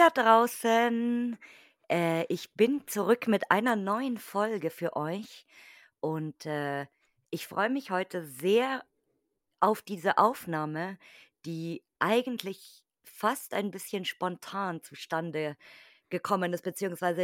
da draußen. Ich bin zurück mit einer neuen Folge für euch und ich freue mich heute sehr auf diese Aufnahme, die eigentlich fast ein bisschen spontan zustande gekommen ist, beziehungsweise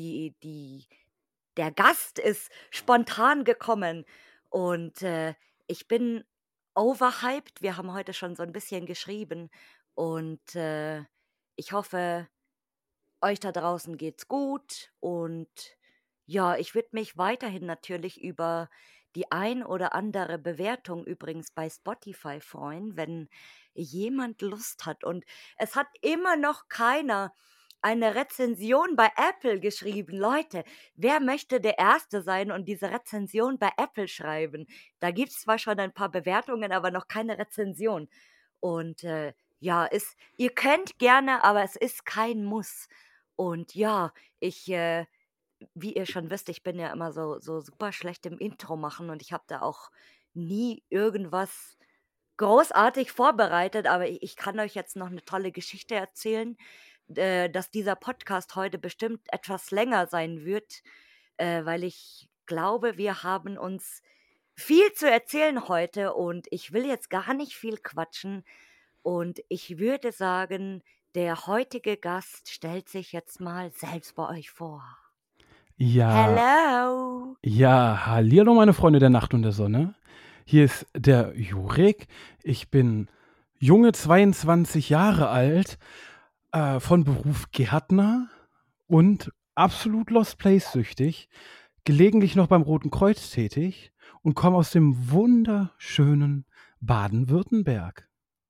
der Gast ist spontan gekommen und ich bin overhyped. Wir haben heute schon so ein bisschen geschrieben und ich hoffe, euch da draußen geht's gut und ja, ich würde mich weiterhin natürlich über die ein oder andere Bewertung übrigens bei Spotify freuen, wenn jemand Lust hat. Und es hat immer noch keiner eine Rezension bei Apple geschrieben. Leute, wer möchte der Erste sein und diese Rezension bei Apple schreiben? Da gibt's zwar schon ein paar Bewertungen, aber noch keine Rezension. Und ja, ihr könnt gerne, aber es ist kein Muss. Und ja, wie ihr schon wisst, ich bin ja immer so super schlecht im Intro machen und ich habe da auch nie irgendwas großartig vorbereitet, aber ich kann euch jetzt noch eine tolle Geschichte erzählen, dass dieser Podcast heute bestimmt etwas länger sein wird, weil ich glaube, wir haben uns viel zu erzählen heute und ich will jetzt gar nicht viel quatschen und ich würde sagen, der heutige Gast stellt sich jetzt mal selbst bei euch vor. Ja, Hello. ja, hallihallo meine Freunde der Nacht und der Sonne. Hier ist der Jurek. Ich bin junge 22 Jahre alt, von Beruf Gärtner und absolut Lost Place süchtig, gelegentlich noch beim Roten Kreuz tätig und komme aus dem wunderschönen Baden-Württemberg.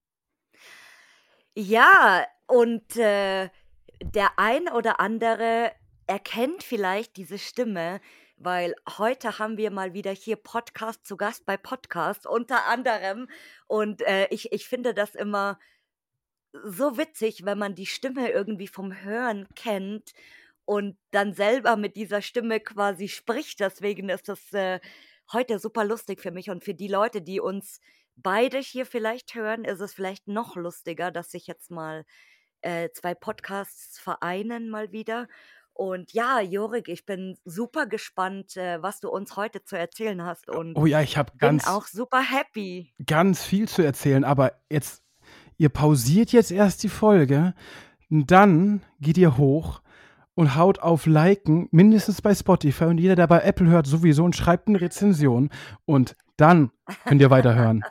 Ja, und der ein oder andere erkennt vielleicht diese Stimme, weil heute haben wir mal wieder hier Podcast zu Gast bei Podcast unter anderem. Und ich finde das immer so witzig, wenn man die Stimme irgendwie vom Hören kennt und dann selber mit dieser Stimme quasi spricht. Deswegen ist das heute super lustig für mich und für die Leute, die uns beide hier vielleicht hören, ist es vielleicht noch lustiger, dass sich jetzt mal 2 Podcasts vereinen mal wieder. Und ja, Jorik, ich bin super gespannt, was du uns heute zu erzählen hast und Oh ja, ich habe bin auch super happy. ganz viel zu erzählen, aber jetzt, ihr pausiert jetzt erst die Folge, dann geht ihr hoch und haut auf Liken, mindestens bei Spotify und jeder, der bei Apple hört, sowieso und schreibt eine Rezension und dann könnt ihr weiterhören.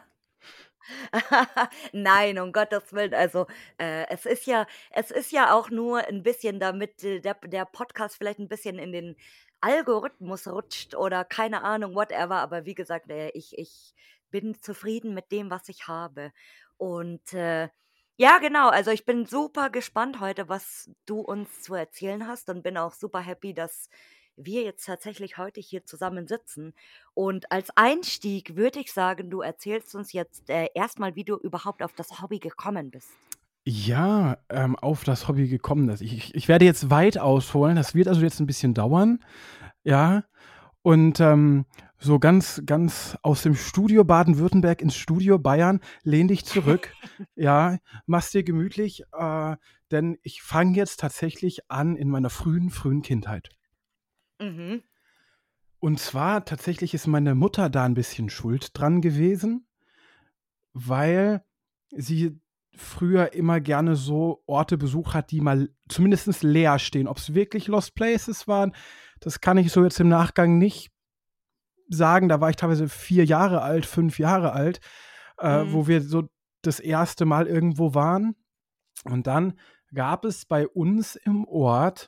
Nein, um Gottes Willen. Also, es ist ja auch nur ein bisschen, damit, der Podcast vielleicht ein bisschen in den Algorithmus rutscht oder keine Ahnung, whatever. Aber wie gesagt, ich bin zufrieden mit dem, was ich habe. Und, ja, genau, also ich bin super gespannt heute, was du uns zu erzählen hast und bin auch super happy, dass wir jetzt tatsächlich heute hier zusammen sitzen. Und als Einstieg würde ich sagen, du erzählst uns jetzt erst wie du überhaupt auf das Hobby gekommen bist. Ja, auf das Hobby gekommen ist. Ich werde jetzt weit ausholen, das wird also jetzt ein bisschen dauern, ja. Und so ganz aus dem Studio Baden-Württemberg ins Studio Bayern, lehn dich zurück, ja, mach's dir gemütlich, denn ich fange jetzt tatsächlich an in meiner frühen Kindheit. Mhm. Und zwar tatsächlich ist meine Mutter da ein bisschen schuld dran gewesen, weil sie früher immer gerne so Orte besucht hat, die mal zumindest leer stehen. Ob es wirklich Lost Places waren, das kann ich so jetzt im Nachgang nicht sagen. Da war ich teilweise 4 Jahre alt, 5 Jahre alt, Mhm. wo wir so das erste Mal irgendwo waren. Und dann gab es bei uns im Ort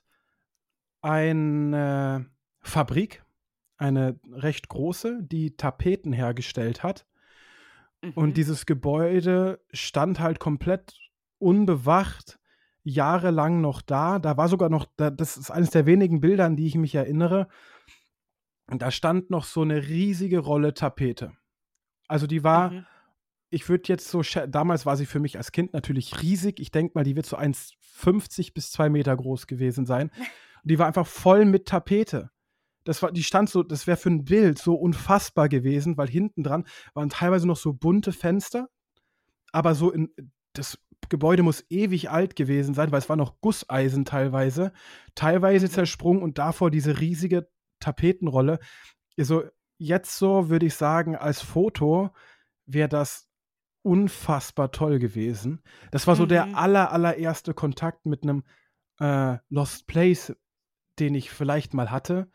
eine Fabrik, eine recht große, die Tapeten hergestellt hat. Und Mhm. dieses Gebäude stand halt komplett unbewacht jahrelang noch da. Da war sogar noch, das ist eines der wenigen Bilder, an die ich mich erinnere. Und da stand noch so eine riesige Rolle Tapete. Also die war, Mhm. ich würde jetzt so, damals war sie für mich als Kind natürlich riesig. Ich denke mal, die wird so 1,50 bis 2 Meter groß gewesen sein. Und die war einfach voll mit Tapete. Die stand so, das wäre für ein Bild so unfassbar gewesen, weil hinten dran waren teilweise noch so bunte Fenster, aber so das Gebäude muss ewig alt gewesen sein, weil es war noch Gusseisen teilweise zersprungen und davor diese riesige Tapetenrolle. Also jetzt so würde ich sagen, als Foto wäre das unfassbar toll gewesen. Das war so der allererste Kontakt mit einem Lost Place, den ich vielleicht mal hatte.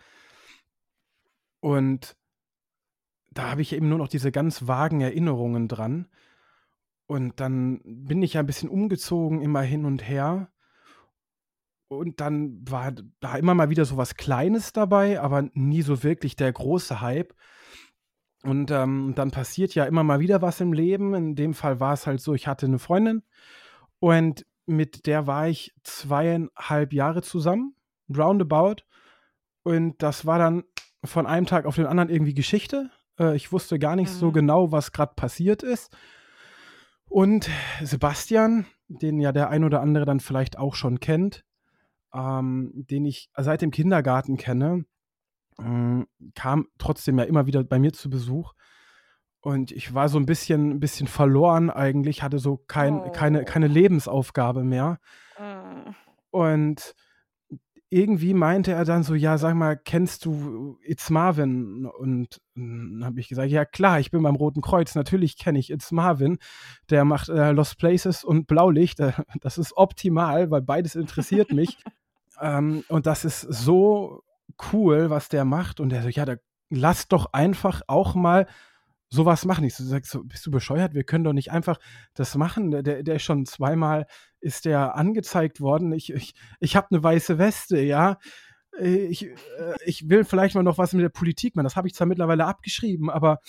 Und da habe ich eben nur noch diese ganz vagen Erinnerungen dran. Und dann bin ich ja ein bisschen umgezogen, immer hin und her. Und dann war da immer mal wieder so was Kleines dabei, aber nie so wirklich der große Hype. Und dann passiert ja immer mal wieder was im Leben. In dem Fall war es halt so, ich hatte eine Freundin und mit der war ich 2,5 Jahre zusammen, roundabout. Und das war dann von einem Tag auf den anderen irgendwie Geschichte. Ich wusste gar nicht so genau, was gerade passiert ist. Und Sebastian, den ja der ein oder andere dann vielleicht auch schon kennt, den ich seit dem Kindergarten kenne, kam trotzdem ja immer wieder bei mir zu Besuch. Und ich war so ein bisschen verloren eigentlich, hatte so keine Lebensaufgabe mehr. Und irgendwie meinte er dann so, ja, sag mal, kennst du It's Marvin? Und dann habe ich gesagt, ja klar, ich bin beim Roten Kreuz, natürlich kenne ich It's Marvin. Der macht Lost Places und Blaulicht. Das ist optimal, weil beides interessiert mich. Und das ist so cool, was der macht. Und er so, ja, lass doch einfach auch mal sowas machen. Ich sag so, bist du bescheuert? Wir können doch nicht einfach das machen. Der ist schon zweimal ist der angezeigt worden. Ich habe eine weiße Weste, ja. Ich will vielleicht mal noch was mit der Politik machen. Das habe ich zwar mittlerweile abgeschrieben, aber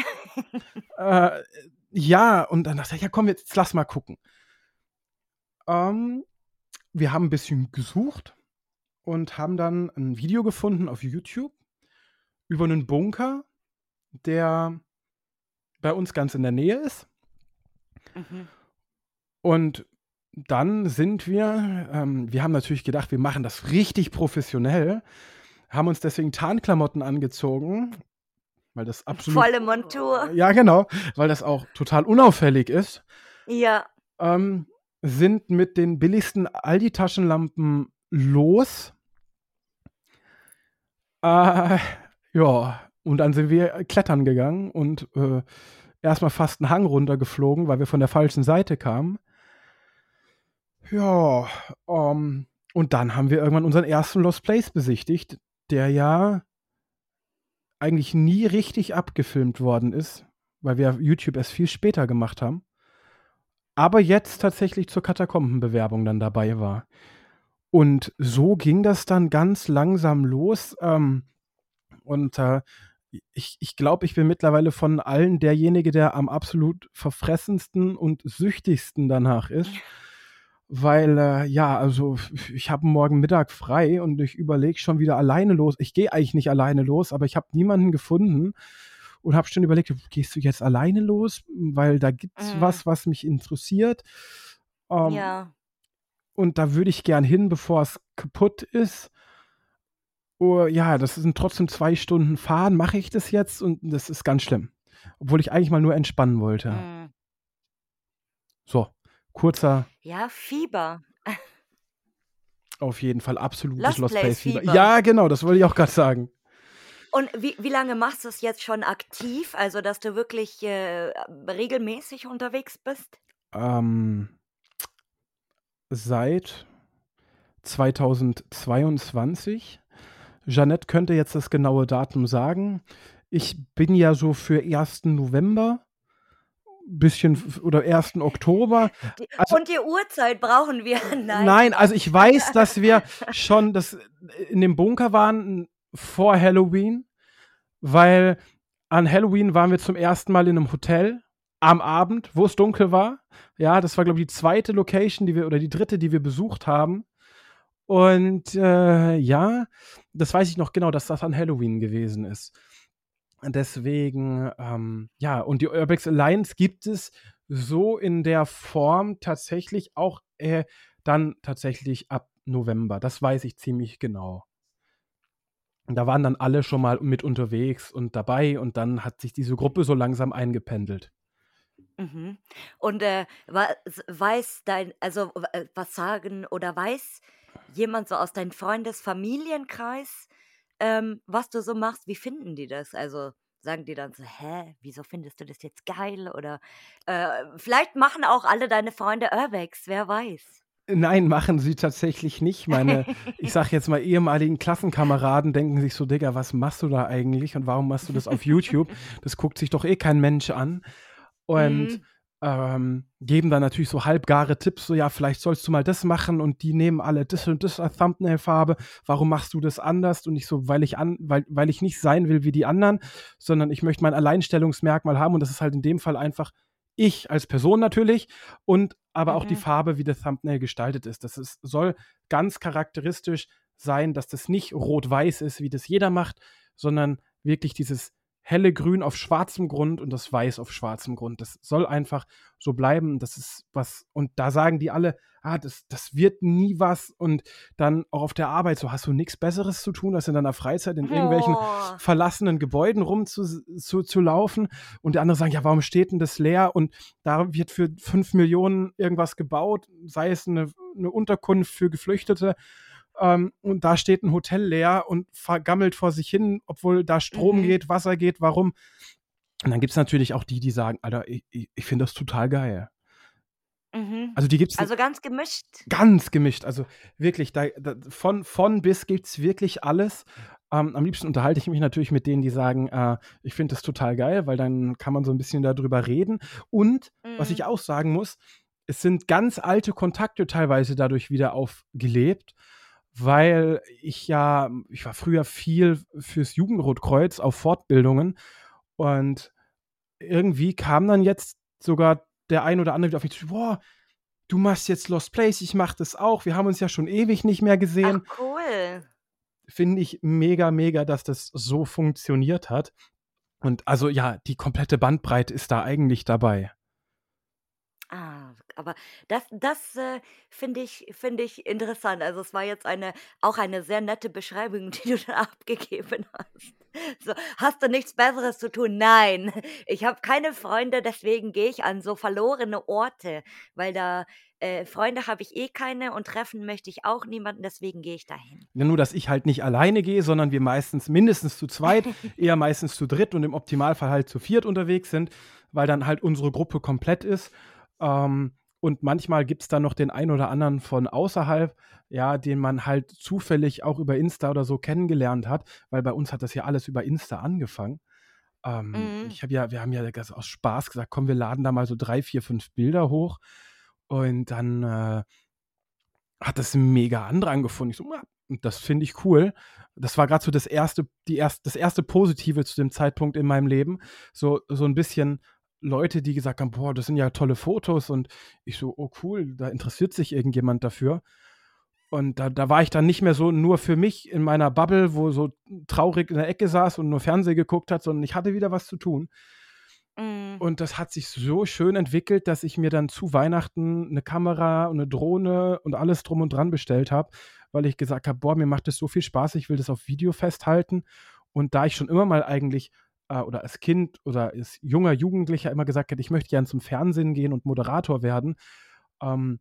ja, und dann dachte ich, ja komm, jetzt lass mal gucken. Wir haben ein bisschen gesucht und haben dann ein Video gefunden auf YouTube über einen Bunker, der bei uns ganz in der Nähe ist. Und dann sind wir haben natürlich gedacht, wir machen das richtig professionell, haben uns deswegen Tarnklamotten angezogen, weil das absolut Volle Montur. ja, genau, weil das auch total unauffällig ist. Ja. Sind mit den billigsten Aldi-Taschenlampen los. Ja, und dann sind wir klettern gegangen und erstmal fast einen Hang runtergeflogen, weil wir von der falschen Seite kamen. Ja, und dann haben wir irgendwann unseren ersten Lost Place besichtigt, der ja eigentlich nie richtig abgefilmt worden ist, weil wir YouTube erst viel später gemacht haben. Aber jetzt tatsächlich zur Katakombenbewerbung dann dabei war. Und so ging das dann ganz langsam los. Und ich glaube, ich bin mittlerweile von allen derjenige, der am absolut verfressensten und süchtigsten danach ist. Weil, ja, also ich habe morgen Mittag frei und ich überlege schon wieder alleine los. Ich gehe eigentlich nicht alleine los, aber ich habe niemanden gefunden und habe schon überlegt, gehst du jetzt alleine los? Weil da gibt es was mich interessiert. Ja. Und da würde ich gern hin, bevor es kaputt ist. Oh, ja, das sind trotzdem 2 Stunden Fahren. Mache ich das jetzt? Und das ist ganz schlimm. Obwohl ich eigentlich mal nur entspannen wollte. So, kurzer, Ja, Fieber. auf jeden Fall absolutes Lost Lost Place Place Fieber. Fieber. Ja, genau, das wollte ich auch gerade sagen. Und wie lange machst du es jetzt schon aktiv? Also, dass du wirklich regelmäßig unterwegs bist? Seit 2022. Jeanette könnte jetzt das genaue Datum sagen. Ich bin ja so für 1. November, bisschen oder 1. Oktober. Also, und die Uhrzeit brauchen wir. nein, also ich weiß, dass wir schon in dem Bunker waren vor Halloween, weil an Halloween waren wir zum ersten Mal in einem Hotel am Abend, wo es dunkel war. Ja, das war, glaube ich, die zweite Location, oder die dritte, die wir besucht haben. Und ja, das weiß ich noch genau, dass das an Halloween gewesen ist. Deswegen, ja, und die Urbex Alliance gibt es so in der Form tatsächlich auch dann tatsächlich ab November. Das weiß ich ziemlich genau. Und da waren dann alle schon mal mit unterwegs und dabei und dann hat sich diese Gruppe so langsam eingependelt. Mhm. Und, was sagen oder weiß jemand so aus deinem Freundes-Familienkreis, was du so machst? Wie finden die das? Also, sagen die dann so: „Hä, wieso findest du das jetzt geil?“ Oder, vielleicht machen auch alle deine Freunde Urbex, wer weiß? Nein, machen sie tatsächlich nicht. Meine, ich sage jetzt mal, ehemaligen Klassenkameraden denken sich so: „Digga, was machst du da eigentlich und warum machst du das auf YouTube? Das guckt sich doch eh kein Mensch an.“ Und, Mhm, geben dann natürlich so halbgare Tipps, so: „Ja, vielleicht sollst du mal das machen und die nehmen alle das und das als Thumbnail-Farbe. Warum machst du das anders?“ Und ich so: „Weil ich nicht sein will wie die anderen, sondern ich möchte mein Alleinstellungsmerkmal haben.“ Und das ist halt in dem Fall einfach ich als Person natürlich und aber auch die mhm, Farbe, wie das Thumbnail gestaltet ist. Soll ganz charakteristisch sein, dass das nicht rot-weiß ist, wie das jeder macht, sondern wirklich dieses helle Grün auf schwarzem Grund und das Weiß auf schwarzem Grund. Das soll einfach so bleiben. Das ist was, und da sagen die alle, das wird nie was. Und dann auch auf der Arbeit, so hast du nichts Besseres zu tun, als in deiner Freizeit in irgendwelchen Oh. verlassenen Gebäuden zu laufen. Und die anderen sagen, ja, warum steht denn das leer? Und da wird für 5 Millionen irgendwas gebaut, sei es eine Unterkunft für Geflüchtete. Und da steht ein Hotel leer und vergammelt vor sich hin, obwohl da Strom Mhm, geht, Wasser geht. Warum? Und dann gibt es natürlich auch die, die sagen, Alter, ich finde das total geil. mhm. Also die gibt es Also, ganz gemischt. ganz gemischt. Also wirklich, von bis gibt es wirklich alles. Am liebsten unterhalte ich mich natürlich mit denen, die sagen, ich finde das total geil, weil dann kann man so ein bisschen darüber reden. Und was Mhm. ich auch sagen muss, es sind ganz alte Kontakte teilweise dadurch wieder aufgelebt, weil ich war früher viel fürs Jugendrotkreuz auf Fortbildungen und irgendwie kam dann jetzt sogar der ein oder andere wieder auf mich zu: „Boah, du machst jetzt Lost Place, ich mache das auch. Wir haben uns ja schon ewig nicht mehr Ach gesehen.“ cool. Finde ich mega, mega, dass das so funktioniert hat. Und also ja, die komplette Bandbreite ist da eigentlich dabei. Aber das, finde ich interessant. Also, es war jetzt eine sehr nette Beschreibung, die du da abgegeben hast. So: „Hast du nichts Besseres zu tun?“ Nein, ich habe keine Freunde, deswegen gehe ich an so verlorene Orte, weil Freunde habe ich eh keine und treffen möchte ich auch niemanden, deswegen gehe ich dahin. Ja, nur, dass ich halt nicht alleine gehe, sondern wir meistens mindestens zu zweit, eher meistens zu dritt und im Optimalfall halt zu viert unterwegs sind, weil dann halt unsere Gruppe komplett ist. Und manchmal gibt es dann noch den einen oder anderen von außerhalb, ja, den man halt zufällig auch über Insta oder so kennengelernt hat, weil bei uns hat das ja alles über Insta angefangen. Mhm. Wir haben ja ganz aus Spaß gesagt, komm, wir laden da mal so 3, 4, 5 Bilder hoch und dann hat das 'n mega Andrang gefunden. Ich so: „Ja, und das finde ich cool.“ Das war grad so das erste Positive zu dem Zeitpunkt in meinem Leben. So 'n bisschen Leute, die gesagt haben: „Boah, das sind ja tolle Fotos.“ Und ich so: „Oh cool, da interessiert sich irgendjemand dafür.“ Und da war ich dann nicht mehr so nur für mich in meiner Bubble, wo so traurig in der Ecke saß und nur Fernsehen geguckt hat, sondern ich hatte wieder was zu tun. Mhm. Und das hat sich so schön entwickelt, dass ich mir dann zu Weihnachten 'ne Kamera und 'ne Drohne und alles drum und dran bestellt habe, weil ich gesagt habe: „Boah, mir macht das so viel Spaß, ich will das auf Video festhalten.“ Und da ich schon immer mal eigentlich, oder als Kind oder als junger Jugendlicher immer gesagt hätte, ich möchte gern zum Fernsehen gehen und Moderator werden, ähm,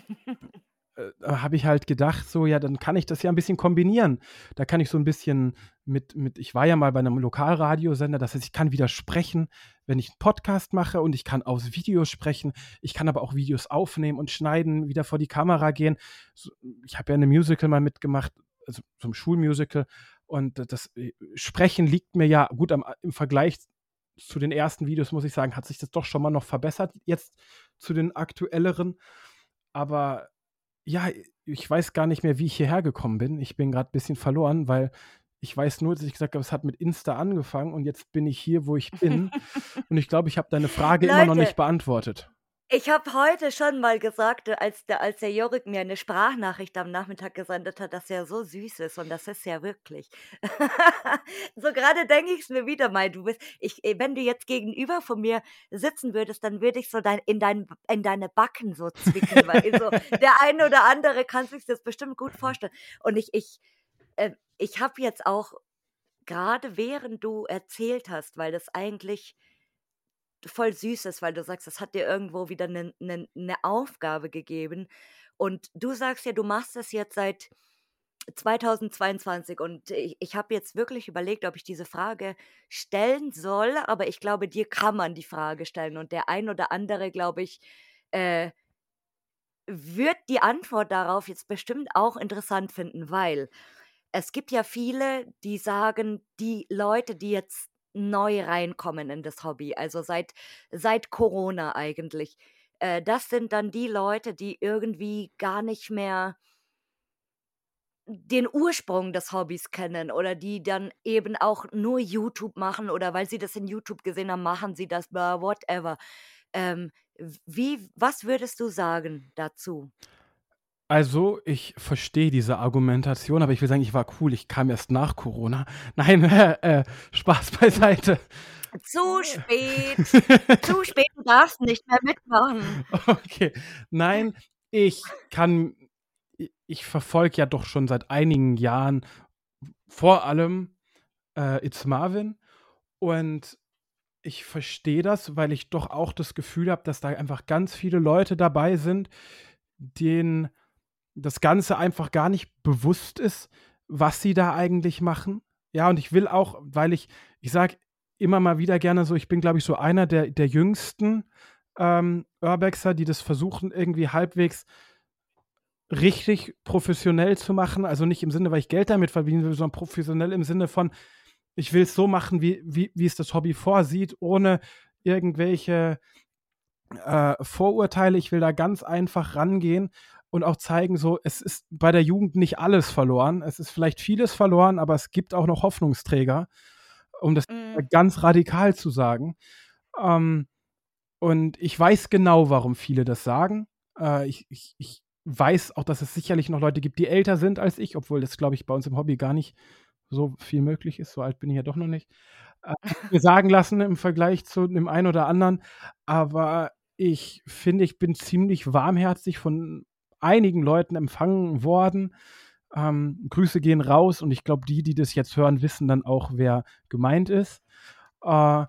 habe ich halt gedacht, so, ja, dann kann ich das ja ein bisschen kombinieren. Da kann ich so ein bisschen ich war ja mal bei einem Lokalradiosender, das heißt, ich kann wieder sprechen, wenn ich 'n Podcast mache und ich kann aus Videos sprechen. Ich kann aber auch Videos aufnehmen und schneiden, wieder vor die Kamera gehen. So, ich habe ja in 'nem Musical mal mitgemacht, also so 'm Schulmusical und das, Sprechen liegt mir ja gut im Vergleich zu den ersten Videos, muss ich sagen, hat sich das doch schon mal noch verbessert jetzt zu den aktuelleren. Aber ja, ich weiß gar nicht mehr, wie ich hierher gekommen bin. Ich bin grad bisschen verloren, weil ich weiß nur, dass ich gesagt habe, es hat mit Insta angefangen und jetzt bin ich hier, wo ich bin. Und ich glaube, ich habe deine Frage immer noch Leute, nicht beantwortet. ich habe heute schon mal gesagt, als der Jorik mir eine Sprachnachricht am Nachmittag gesendet hat, dass er so süß ist und das ist er wirklich. So gerade denke ich's mir wieder mal, wenn du jetzt gegenüber von mir sitzen würdest, dann würde ich so in deine Backen so zwicken, weil so der eine oder andere kann sich das bestimmt gut vorstellen. Und ich habe jetzt auch gerade während du erzählt hast, weil das eigentlich voll süß ist, weil du sagst, das hat dir irgendwo wieder eine Aufgabe gegeben. Und du sagst ja, du machst das jetzt seit 2022 und ich habe jetzt wirklich überlegt, ob ich diese Frage stellen soll, aber ich glaube, dir kann man die Frage stellen und der ein oder andere, glaube ich, äh, wird die Antwort darauf jetzt bestimmt auch interessant finden, weil es gibt ja viele, die sagen, die Leute, die jetzt neu reinkommen in das Hobby, also seit Corona eigentlich, das sind dann die Leute, die irgendwie gar nicht mehr den Ursprung des Hobbys kennen oder die dann eben auch nur YouTube machen oder weil sie das in YouTube gesehen haben, machen sie das, whatever. Was würdest du sagen dazu? Also, ich verstehe diese Argumentation, aber ich will sagen, ich war cool, ich kam erst nach Corona. Nein, Spaß beiseite. Zu spät, zu spät, du darfst nicht mehr mitmachen. Okay. Nein, ich verfolge ja doch schon seit einigen Jahren vor allem, It's Marvin und ich verstehe das, weil ich doch auch das Gefühl habe, dass da einfach ganz viele Leute dabei sind, denen das Ganze einfach gar nicht bewusst ist, was sie da eigentlich machen. Ja, und ich will auch, weil ich sage immer mal wieder gerne so, ich bin, glaube ich, so einer der jüngsten Urbexer, die das versuchen, irgendwie halbwegs richtig professionell zu machen. Also nicht im Sinne, weil ich Geld damit verdienen will, sondern professionell im Sinne von, ich will es so machen, wie es das Hobby vorsieht, ohne irgendwelche Vorurteile. Ich will da ganz einfach rangehen und auch zeigen, so, es ist bei der Jugend nicht alles verloren. Es ist vielleicht vieles verloren, aber es gibt auch noch Hoffnungsträger, um das Mhm. ganz radikal zu sagen. Ähm, und ich weiß genau, warum viele das sagen. Ich weiß auch, dass es sicherlich noch Leute gibt, die älter sind als ich, obwohl das, glaube ich, bei uns im Hobby gar nicht so viel möglich ist. So alt bin ich ja doch noch nicht. Habe ich mir sagen lassen im Vergleich zu dem einen oder anderen. Aber ich finde, ich bin ziemlich warmherzig von einigen Leuten empfangen worden. Grüße gehen raus und ich glaube, die das jetzt hören, wissen dann auch, wer gemeint ist. Äh,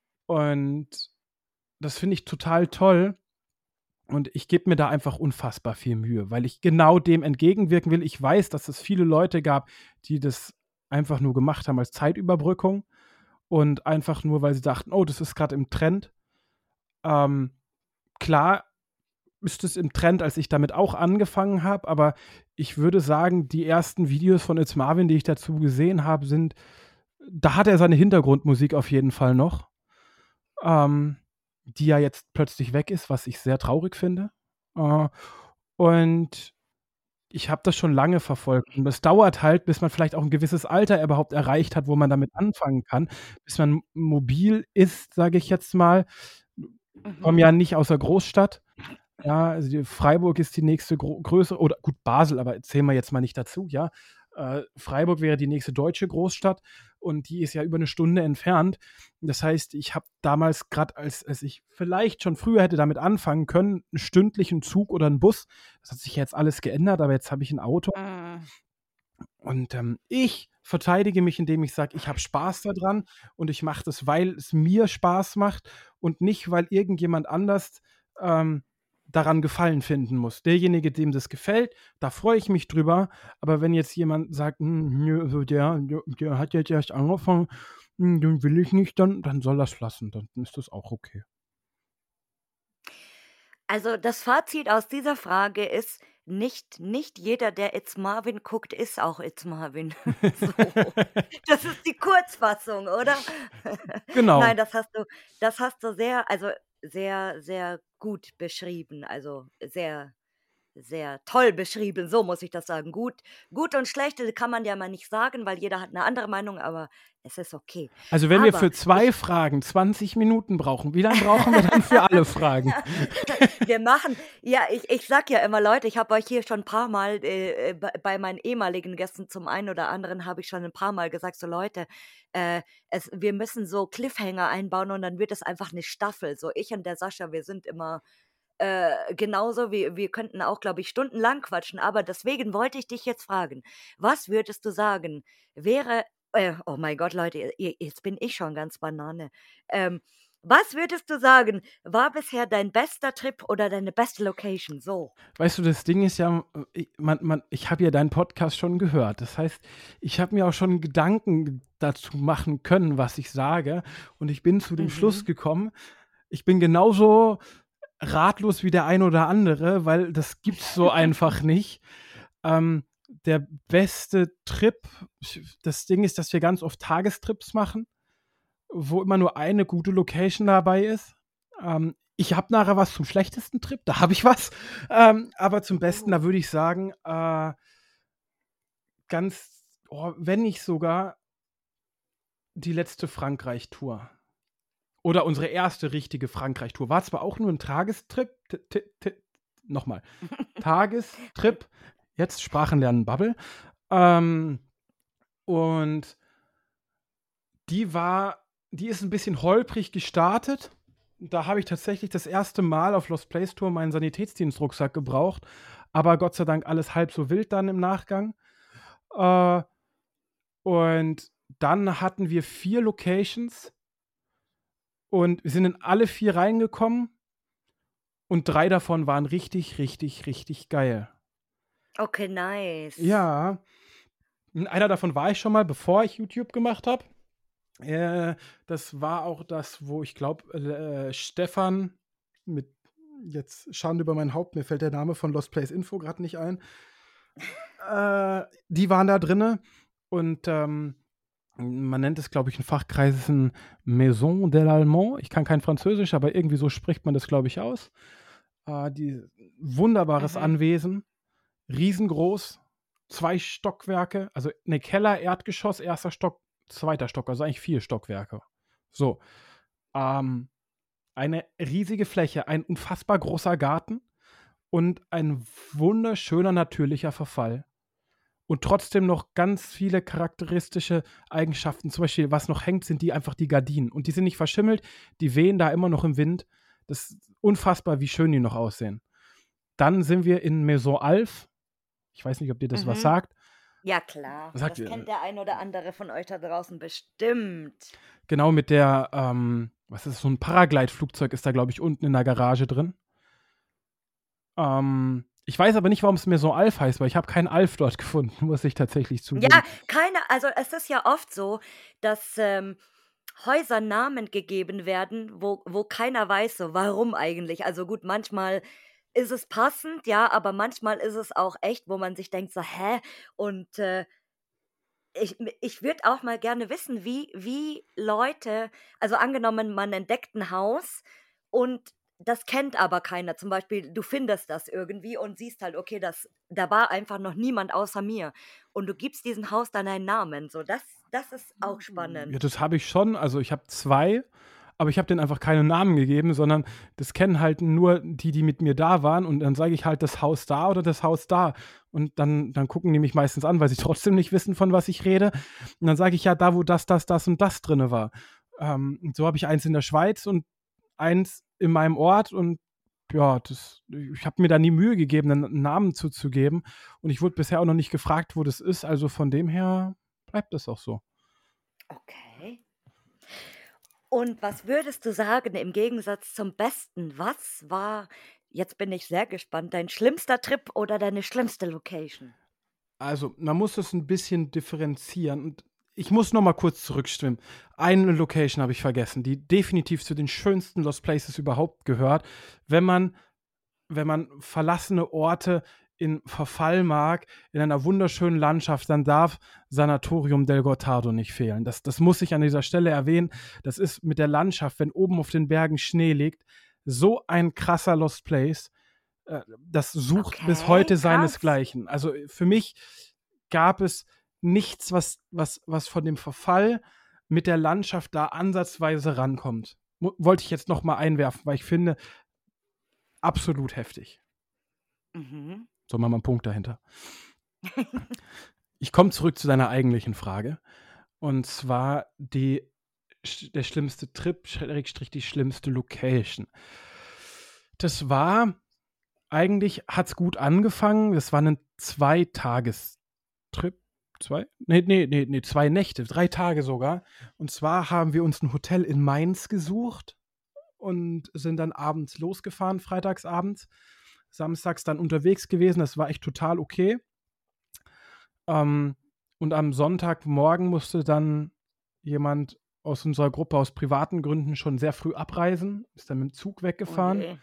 und das finde ich total toll. Und ich gebe mir da einfach unfassbar viel Mühe, weil ich genau dem entgegenwirken will. Ich weiß, dass es viele Leute gab, die das einfach nur gemacht haben als Zeitüberbrückung und einfach nur, weil sie dachten, oh, das ist gerade im Trend. Ähm, klar ist es im Trend, als ich damit auch angefangen habe, aber ich würde sagen, die ersten Videos von It's Marvin, die ich dazu gesehen habe, da hat er seine Hintergrundmusik auf jeden Fall noch, ähm, die ja jetzt plötzlich weg ist, was ich sehr traurig finde. Äh, und ich habe das schon lange verfolgt und es dauert halt, bis man vielleicht auch 'n gewisses Alter überhaupt erreicht hat, wo man damit anfangen kann, bis man mobil ist, sage ich jetzt mal. Komme Mhm. ja nicht aus der Großstadt. Ja, also die Freiburg ist die nächste größere oder gut, Basel, aber zählen wir jetzt mal nicht dazu, ja. Freiburg wäre die nächste deutsche Großstadt und die ist ja über 'ne Stunde entfernt. Das heißt, ich habe damals grad, als ich vielleicht schon früher hätte damit anfangen können, 'n stündlichen Zug oder 'n Bus. Das hat sich jetzt alles geändert, aber jetzt habe ich 'n Auto Mhm. und, ich verteidige mich, indem ich sage, ich habe Spaß da dran und ich mache das, weil es mir Spaß macht und nicht, weil irgendjemand anders, ähm, daran Gefallen finden muss. Derjenige, dem das gefällt, da freue ich mich drüber, aber wenn jetzt jemand sagt: nö, also der hat jetzt erst angefangen, den will ich nicht, dann soll er's lassen, dann ist das auch okay. Also, das Fazit aus dieser Frage ist, nicht jeder, der It's Marvin guckt, ist auch It's Marvin. So. Das ist die Kurzfassung, oder? Genau. Nein, das hast du sehr also, sehr, sehr gut beschrieben, also, sehr sehr toll beschrieben, so muss ich das sagen. Gut und schlecht, kann man ja mal nicht sagen, weil jeder hat 'ne andere Meinung, aber es ist okay. Also, wenn wir Aber für 2 ich Fragen 20 Minuten brauchen, wie lang brauchen wir dann für alle Fragen? wir machen ja, ich sage ja immer: „Leute, ich habe euch hier schon 'n paarmal, bei meinen ehemaligen Gästen zum einen oder anderen habe ich schon 'n paarmal gesagt: „So Leute, wir müssen so Cliffhanger einbauen und dann wird es einfach 'ne Staffel.“ So, ich und der Sascha, wir sind immer, genauso. Wir könnten auch, glaube ich, stundenlang quatschen, aber deswegen wollte ich dich jetzt fragen: Was würdest du sagen, wäre oh mein Gott, Leute, jetzt bin ich schon ganz Banane. Ähm, Was würdest du sagen, war bisher dein bester Trip oder deine beste Location? So. Weißt du, das Ding ist ja, ich habe ja deinen Podcast schon gehört. Das heißt, ich habe mir auch schon Gedanken dazu machen können, was ich sage. Und ich bin zu dem Schluss gekommen, ich bin genauso ratlos wie der ein oder andere, weil das gibt's so einfach nicht. Der beste Trip, das Ding ist, dass wir ganz oft Tagestrips machen, wo immer nur eine gute Location dabei ist. Ich habe nachher was zum schlechtesten Trip, da habe ich was. Aber zum Besten, da würde ich sagen, wenn nicht sogar die letzte Frankreich-Tour. Oder unsere erste richtige Frankreich-Tour. War zwar auch nur ein Tagestrip. Nochmal. Tagestrip. Jetzt Sprachenlernen Bubble. Und die ist ein bisschen holprig gestartet. Da habe ich tatsächlich das erste Mal auf Lost Place Tour meinen Sanitätsdienstrucksack gebraucht. Aber Gott sei Dank alles halb so wild dann im Nachgang. Und dann hatten wir 4 Locations. Und wir sind in alle 4 reingekommen. Und 3 davon waren richtig, richtig, richtig geil. Okay, nice. Ja. In einer davon war ich schon mal, bevor ich YouTube gemacht habe. Das war auch das, wo ich glaube, Stefan mit, jetzt Schande über mein Haupt, mir fällt der Name von Lost Place Info gerade nicht ein. Die waren da drinne und man nennt es, glaube ich, in Fachkreisen Maison de l'Allemand. Ich kann kein Französisch, aber irgendwie so spricht man das, glaube ich, aus. Die wunderbares Anwesen, riesengroß, 2 Stockwerke, also eine Keller, Erdgeschoss, 1. Stock, 2. Stock, also eigentlich 4 Stockwerke. So. Eine riesige Fläche, ein unfassbar großer Garten und ein wunderschöner natürlicher Verfall. Und trotzdem noch ganz viele charakteristische Eigenschaften. Zum Beispiel, was noch hängt, sind die Gardinen. Und die sind nicht verschimmelt, die wehen da immer noch im Wind. Das ist unfassbar, wie schön die noch aussehen. Dann sind wir in Maison Alf. Ich weiß nicht, ob dir das was sagt. Ja, klar. Das Das kennt der ein oder andere von euch da draußen bestimmt. Genau, mit der, was ist so ein Paraglide-Flugzeug ist da, glaube ich, unten in der Garage drin. Ich weiß aber nicht, warum es Maison Alf heißt, weil ich habe keinen Alf dort gefunden, muss ich tatsächlich zugeben. Ja, also es ist ja oft so, dass Häuser Namen gegeben werden, wo keiner weiß, so warum eigentlich. Also gut, manchmal ist es passend, ja, aber manchmal ist es auch echt, wo man sich denkt, so, hä? Und ich würde auch mal gerne wissen, wie Leute, also angenommen, man entdeckt ein Haus und das kennt aber keiner. Zum Beispiel, du findest das irgendwie und siehst halt, okay, da war einfach noch niemand außer mir. Und du gibst diesem Haus dann einen Namen. So, das ist auch Ja, spannend. das habe ich schon. Also ich habe 2, aber ich habe denen einfach keinen Namen gegeben, sondern das kennen halt nur die mit mir da waren. Und dann sage ich halt das Haus da oder das Haus da. Und dann gucken die mich meistens an, weil sie trotzdem nicht wissen, von was ich rede. Und dann sage ich ja da, wo das und das drin war. Und so habe ich eins in der Schweiz und eins in meinem Ort. Und ja, ich habe mir da nie Mühe gegeben, einen Namen zuzugeben. Und ich wurde bisher auch noch nicht gefragt, wo das ist. Also von dem her bleibt das auch so. Okay. Und was würdest du sagen im Gegensatz zum Besten? Was war, jetzt bin ich sehr gespannt, dein schlimmster Trip oder deine schlimmste Location? Also, man muss das ein bisschen differenzieren. Und ich muss noch mal kurz zurückschwimmen. Eine Location habe ich vergessen, die definitiv zu den schönsten Lost Places überhaupt gehört. Wenn man verlassene Orte in Verfall mag, in einer wunderschönen Landschaft, dann darf Sanatorium del Gottardo nicht fehlen. Das muss ich an dieser Stelle erwähnen. Das ist mit der Landschaft, wenn oben auf den Bergen Schnee liegt, so ein krasser Lost Place. Das sucht bis heute Okay, krass. seinesgleichen. Also für mich gab es nichts, was von dem Verfall mit der Landschaft da ansatzweise rankommt. Wollte ich jetzt noch mal einwerfen, weil ich finde, absolut heftig. So, machen wir einen Punkt dahinter. Ich komme zurück zu deiner eigentlichen Frage. Und zwar der schlimmste Trip, / die schlimmste Location. Das war, eigentlich hat es gut angefangen. Das war ein 2-Tagestrip. 2? Nee, 2 Nächte, 3 Tage sogar. Und zwar haben wir uns ein Hotel in Mainz gesucht. und sind dann abends losgefahren, freitagsabends. Samstags dann unterwegs gewesen. Das war echt total okay. Und am Sonntagmorgen musste dann jemand aus unserer Gruppe aus privaten Gründen schon sehr früh abreisen, ist dann mit dem Zug Oh weggefahren. je.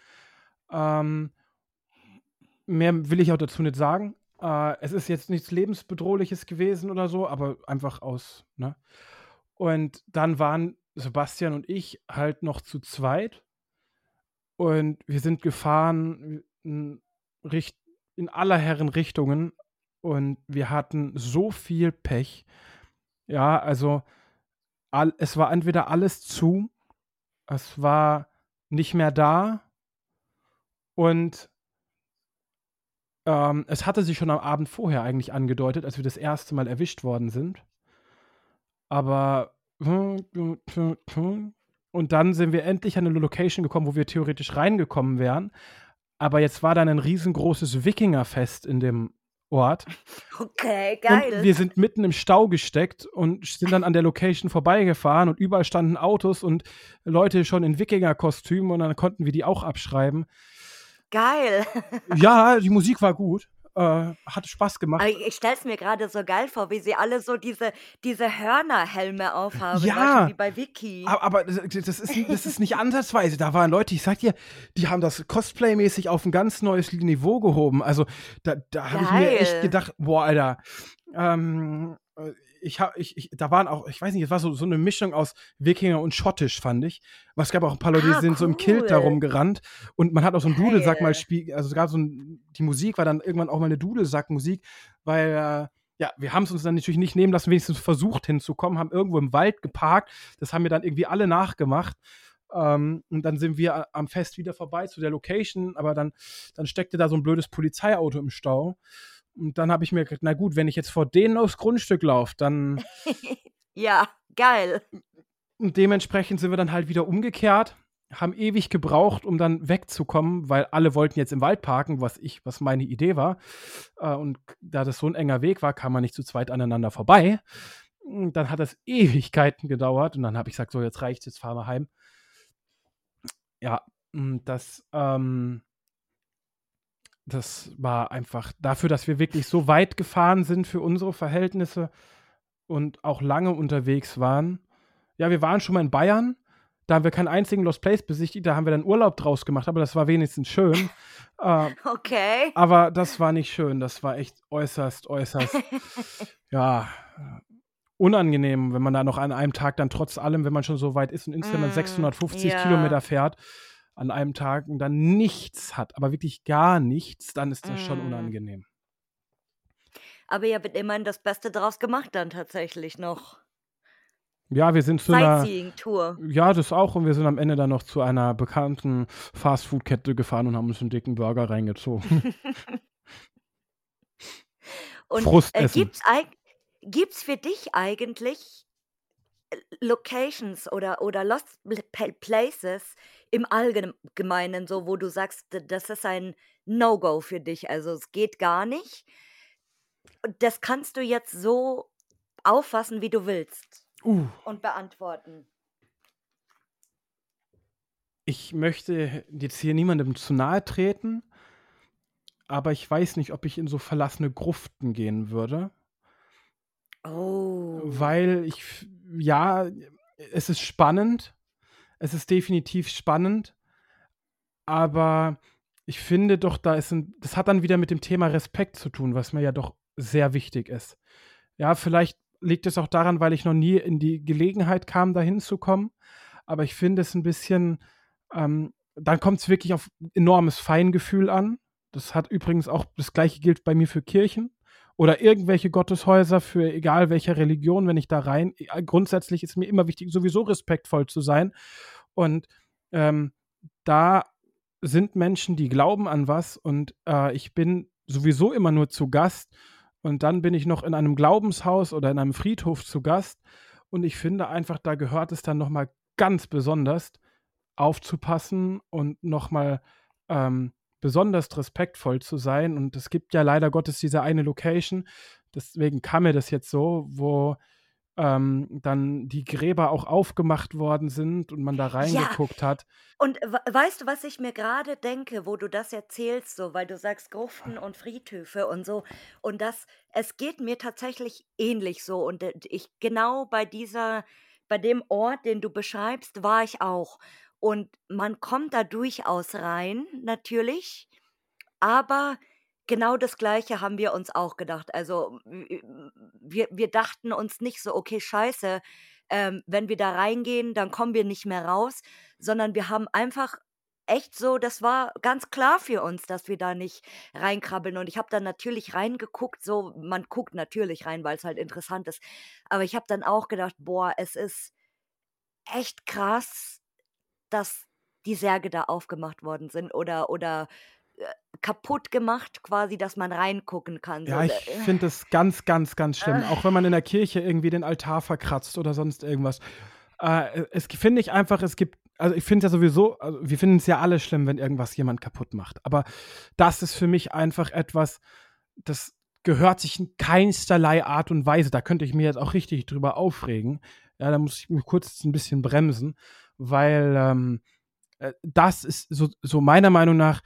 Mehr will ich auch dazu nicht sagen. Es ist jetzt nichts Lebensbedrohliches gewesen oder so, aber einfach aus, ne? Und dann waren Sebastian und ich halt noch zu zweit und wir sind gefahren in aller Herren Richtungen und wir hatten so viel Pech. Ja, also es war entweder alles zu, es war nicht mehr da und es hatte sich schon am Abend vorher eigentlich angedeutet, als wir das erste Mal erwischt worden sind. Aber und dann sind wir endlich an eine Location gekommen, wo wir theoretisch reingekommen wären. Aber jetzt war dann ein riesengroßes Wikingerfest in dem Ort. Okay, Und geil. wir sind mitten im Stau gesteckt und sind dann an der Location vorbeigefahren und überall standen Autos und Leute schon in Wikinger-Kostümen und dann konnten wir die auch abschreiben. Geil. Ja, die Musik war gut. Hat Spaß gemacht. Aber ich stelle es mir gerade so geil vor, wie sie alle so diese Hörnerhelme aufhaben, weißt du, Ja, wie bei Wiki. aber das ist nicht ansatzweise. Da waren Leute, ich sag dir, die haben das Cosplay-mäßig auf ein ganz neues Niveau gehoben. Also da habe ich mir echt Geil. gedacht, boah, Alter, da waren auch, ich weiß nicht, es war so eine Mischung aus Wikinger und Schottisch, fand ich. Aber es gab auch ein paar Leute, die sind so im Kilt da Cool. rumgerannt und man hat auch so ein Dudelsack mal Geil. also es gab die Musik war dann irgendwann auch mal eine Dudelsackmusik, weil ja, wir haben es uns dann natürlich nicht nehmen lassen, wenigstens versucht hinzukommen, haben irgendwo im Wald geparkt. Das haben wir dann irgendwie alle nachgemacht. Und dann sind wir am Fest wieder vorbei zu der Location, aber dann steckte da so ein blödes Polizeiauto im Stau. Und dann habe ich mir gedacht, na gut, wenn ich jetzt vor denen aufs Grundstück laufe, dann. Ja, geil. Und dementsprechend sind wir dann halt wieder umgekehrt, haben ewig gebraucht, um dann wegzukommen, weil alle wollten jetzt im Wald parken, was meine Idee war. Und da das so ein enger Weg war, kam man nicht zu zweit aneinander vorbei. Und dann hat das Ewigkeiten gedauert und dann habe ich gesagt, so jetzt reicht's, jetzt fahren wir heim. Ja, das war einfach dafür, dass wir wirklich so weit gefahren sind für unsere Verhältnisse und auch lange unterwegs waren. Ja, wir waren schon mal in Bayern. Da haben wir keinen einzigen Lost Place besichtigt. Da haben wir dann Urlaub draus gemacht, aber das war wenigstens schön. Okay. Aber das war nicht schön. Das war echt äußerst, ja, unangenehm, wenn man da noch an einem Tag dann trotz allem, wenn man schon so weit ist und insgesamt 650 Kilometer Ja. fährt, an einem Tag und dann nichts hat, aber wirklich gar nichts, dann ist das schon unangenehm. Aber ihr habt immerhin das Beste draus gemacht dann tatsächlich noch. Ja, wir sind zu einer Sightseeing-Tour. Ja, das auch und wir sind am Ende dann noch zu einer bekannten Fastfood-Kette gefahren und haben uns einen dicken Burger reingezogen. Und Frustessen. gibt's für dich eigentlich Locations oder Lost Places im Allgemeinen so, wo du sagst, das ist ein No-Go für dich, also es geht gar nicht? Und das kannst du jetzt so auffassen, wie du willst und beantworten. Ich möchte jetzt hier niemandem zu nahe treten, aber ich weiß nicht, ob ich in so verlassene Gruften gehen würde. Oh. Weil ja, es ist spannend. Es ist definitiv spannend. Aber ich finde doch, das hat dann wieder mit dem Thema Respekt zu tun, was mir ja doch sehr wichtig ist. Ja, vielleicht liegt es auch daran, weil ich noch nie in die Gelegenheit kam, da hinzukommen. Aber ich finde es ein bisschen, dann kommt es wirklich auf enormes Feingefühl an. Das hat übrigens auch, das Gleiche gilt bei mir für Kirchen oder irgendwelche Gotteshäuser für egal welche Religion, wenn ich da rein. Grundsätzlich ist mir immer wichtig, sowieso respektvoll zu sein. Und da sind Menschen, die glauben an was und ich bin sowieso immer nur zu Gast und dann bin ich noch in einem Glaubenshaus oder in einem Friedhof zu Gast und ich finde einfach, da gehört es dann nochmal ganz besonders aufzupassen und nochmal besonders respektvoll zu sein und es gibt ja leider Gottes diese eine Location, deswegen kam mir das jetzt so, wo dann die Gräber auch aufgemacht worden sind und man da Ja, reingeguckt hat. und weißt du, was ich mir gerade denke, wo du das erzählst, so, weil du sagst Gruften und Friedhöfe und so, und es geht mir tatsächlich ähnlich so, und ich genau bei dem Ort, den du beschreibst, war ich auch. Und man kommt da durchaus rein, natürlich, aber genau das Gleiche haben wir uns auch gedacht. Also, wir dachten uns nicht so: „Okay, scheiße, wenn wir da reingehen, dann kommen wir nicht mehr raus“, sondern wir haben einfach echt so, das war ganz klar für uns, dass wir da nicht reinkrabbeln, und ich habe dann natürlich reingeguckt, so, man guckt natürlich rein, weil es halt interessant ist. Aber ich habe dann auch gedacht: „Boah, es ist echt krass, dass die Särge da aufgemacht worden sind oder, äh, kaputt gemacht quasi, dass man reingucken kann, so, Ja, ich finde das ganz, ganz, ganz schlimm. äh, Auch wenn man in der Kirche irgendwie den Altar verkratzt oder sonst irgendwas. Finde ich einfach, es gibt, also ich finde ja sowieso, also wir finden es ja alle schlimm, wenn irgendwas jemand kaputt macht. Aber das ist für mich einfach etwas, das gehört sich in keinsterlei Art und Weise. Da könnte ich mir jetzt auch richtig drüber aufregen. Ja, da muss ich mich kurz ein bisschen bremsen, weil das ist so meiner Meinung nach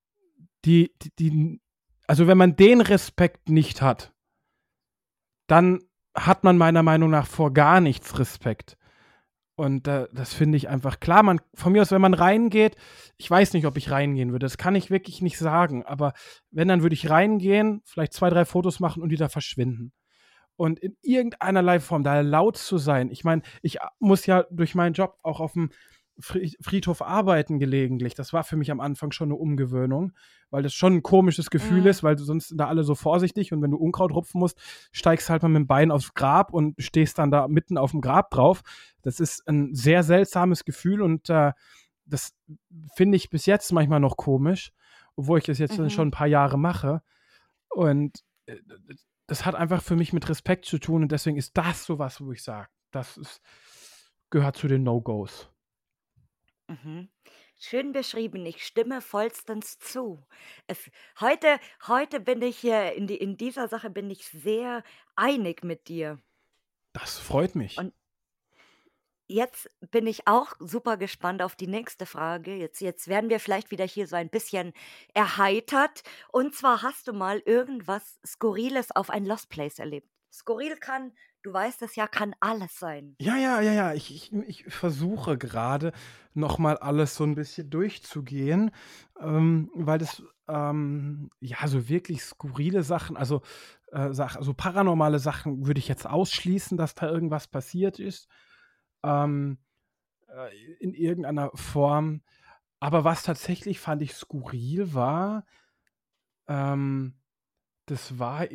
also wenn man den Respekt nicht hat, dann hat man meiner Meinung nach vor gar nichts Respekt. Und das finde ich einfach klar. Von mir aus, wenn man reingeht, ich weiß nicht, ob ich reingehen würde. Das kann ich wirklich nicht sagen. Aber wenn, dann würde ich reingehen, vielleicht 2, 3 Fotos machen und wieder verschwinden. Und in irgendeinerlei Form da laut zu sein. Ich meine, ich muss ja durch meinen Job auch auf dem Friedhof arbeiten gelegentlich. Das war für mich am Anfang schon eine Umgewöhnung, weil das schon ein komisches Gefühl mhm, ist, weil du sonst sind da alle so vorsichtig und wenn du Unkraut rupfen musst, steigst halt mal mit dem Bein aufs Grab und stehst dann da mitten auf dem Grab drauf. Das ist ein sehr seltsames Gefühl und das finde ich bis jetzt manchmal noch komisch, obwohl ich das jetzt mhm. schon ein paar Jahre mache. Und das hat einfach für mich mit Respekt zu tun und deswegen ist das sowas, wo ich sage, gehört zu den No-Gos. Mhm. Schön beschrieben, ich stimme vollstens zu. Es heute bin ich hier in dieser Sache bin ich sehr einig mit dir. Das freut mich. Und jetzt bin ich auch super gespannt auf die nächste Frage. Jetzt werden wir vielleicht wieder hier so ein bisschen erheitert. Und zwar, hast du mal irgendwas Skurriles auf ein Lost Place erlebt? Skurril kann, du weißt es ja, kann alles sein. Ja, ja, ja, ja. Ich versuche gerade noch mal alles so ein bisschen durchzugehen, weil das, ja, so wirklich skurrile Sachen, also, so paranormale Sachen würde ich jetzt ausschließen, dass da irgendwas passiert ist, ähm, in irgendeiner Form. Aber was tatsächlich fand ich skurril war, ähm, das war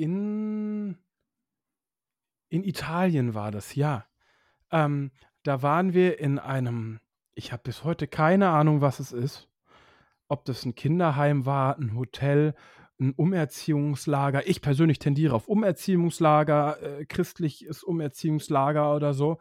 in Italien war das, ja. Ähm, Da waren wir in einem, ich habe bis heute keine Ahnung, was es ist. Ob das ein Kinderheim war, ein Hotel, ein Umerziehungslager. Ich persönlich tendiere auf Umerziehungslager, christliches Umerziehungslager oder so.